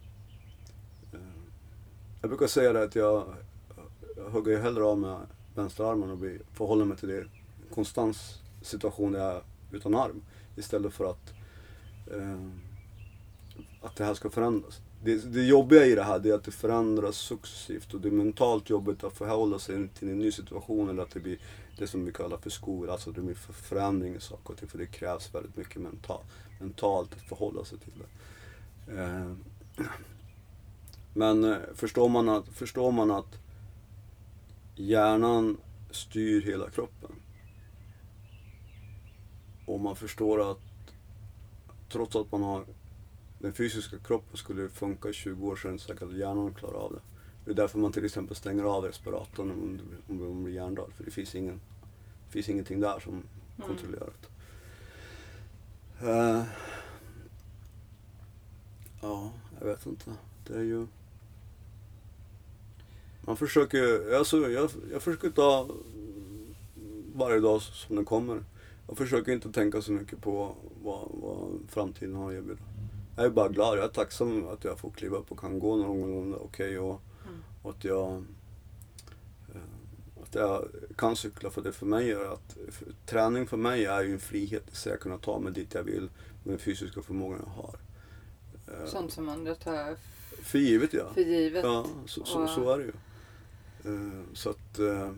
jag brukar säga det att jag hugger hellre av med vänsterarmen och förhåller mig till det konstant situation där jag är utan arm, istället för att det här ska förändras. Det jobbiga i det här är att det förändras successivt och det är mentalt jobbigt att förhålla sig till en ny situation, eller att det blir det som vi kallar för skor, alltså det blir förändring i saker och ting, för det krävs väldigt mycket mentalt att förhålla sig till det. Men förstår man att hjärnan styr hela kroppen, och man förstår att trots att man har den fysiska kroppen skulle funka i 20 år sedan, säkert att hjärnan klarar av det. Det är därför man till exempel stänger av respiratorn om man blir hjärndöd, för det finns ingenting där som kontrollerar det. Ja, jag vet inte. Det är ju... Man försöker... Alltså, jag försöker ta varje dag som den kommer. Jag försöker inte tänka så mycket på vad framtiden har erbjudit. Jag är bara glad. Jag är tacksam att jag får kliva upp och kan gå någorlunda okej. Och att jag kan cykla, för det för mig är att träning för mig är ju en frihet i sig, att kunna ta mig dit jag vill med den fysiska förmågan jag har. Sånt som andra tar för givet, ja. För givet. Ja, så är det ju. Så att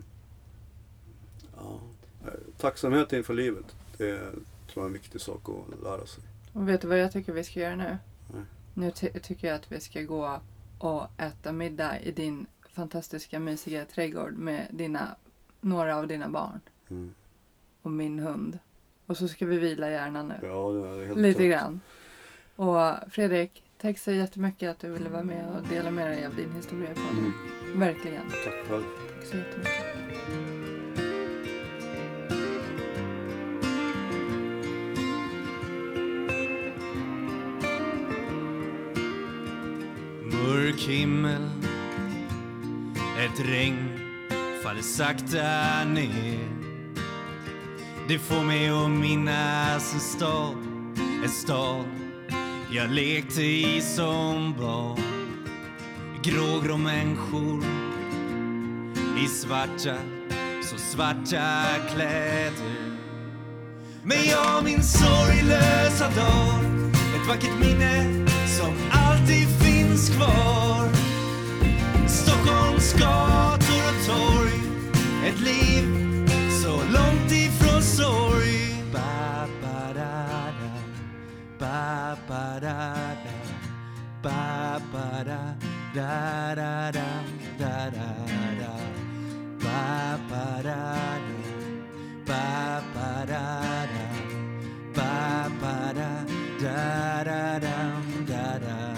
ja, tacksamhet inför livet, det tror jag är en viktig sak att lära sig. Och vet du vad jag tycker vi ska göra nu? Nej. Nu tycker jag att vi ska gå och äta middag i din fantastiska mysiga trädgård med några av dina barn. Och min hund. Och så ska vi vila hjärnan nu. Ja, det är helt lite klart. grann. Och Fredrik, tack så jättemycket att du ville vara med och dela med dig av din historia på det. Verkligen. Tack själv. Tack så jättemycket. Mörk himmel, ett regn faller sakta ner. Det får mig att minnas en stad jag lekte i som barn. Grågrå människor i så svarta kläder. Men jag minns sorglösa dag, ett vackert minne som alltid finns kvar. Stockholms gator och torg, ett liv så långt ifrån sorg. Ba ba da da, ba ba da da, ba ba da da da da da, ba ba da da, ba ba da da, ba ba da da da da.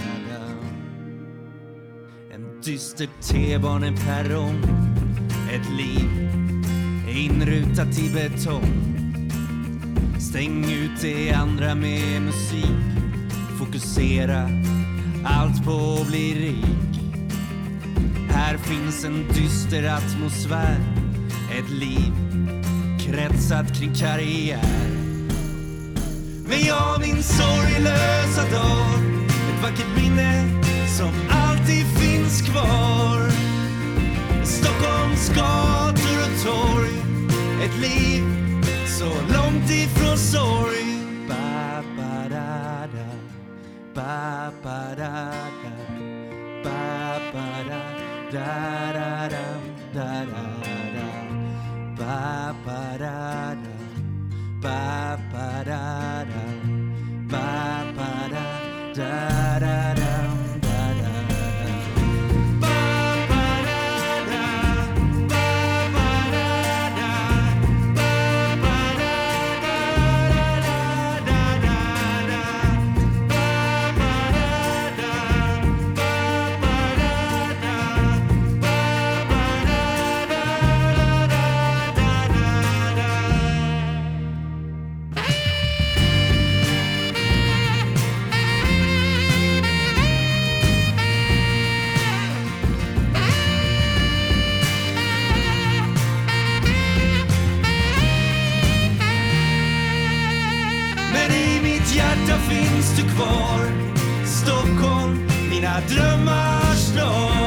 En dyster T-baneperrong, ett liv inrutat i betong. Stäng ut det andra med musik, fokusera allt på att bli rik. Här finns en dyster atmosfär, ett liv kretsat kring karriär. Men jag minns sorglösa dag, ett vackert minne som alltid finns kvar. Stockholms gator och torg, ett liv så långt ifrån sorg. Ba ba da da, ba ba da da, ba ba da da da da da da ba ba da da ba ba da da ba ba da da da da. Finns du kvar, Stockholm, mina drömmar slår.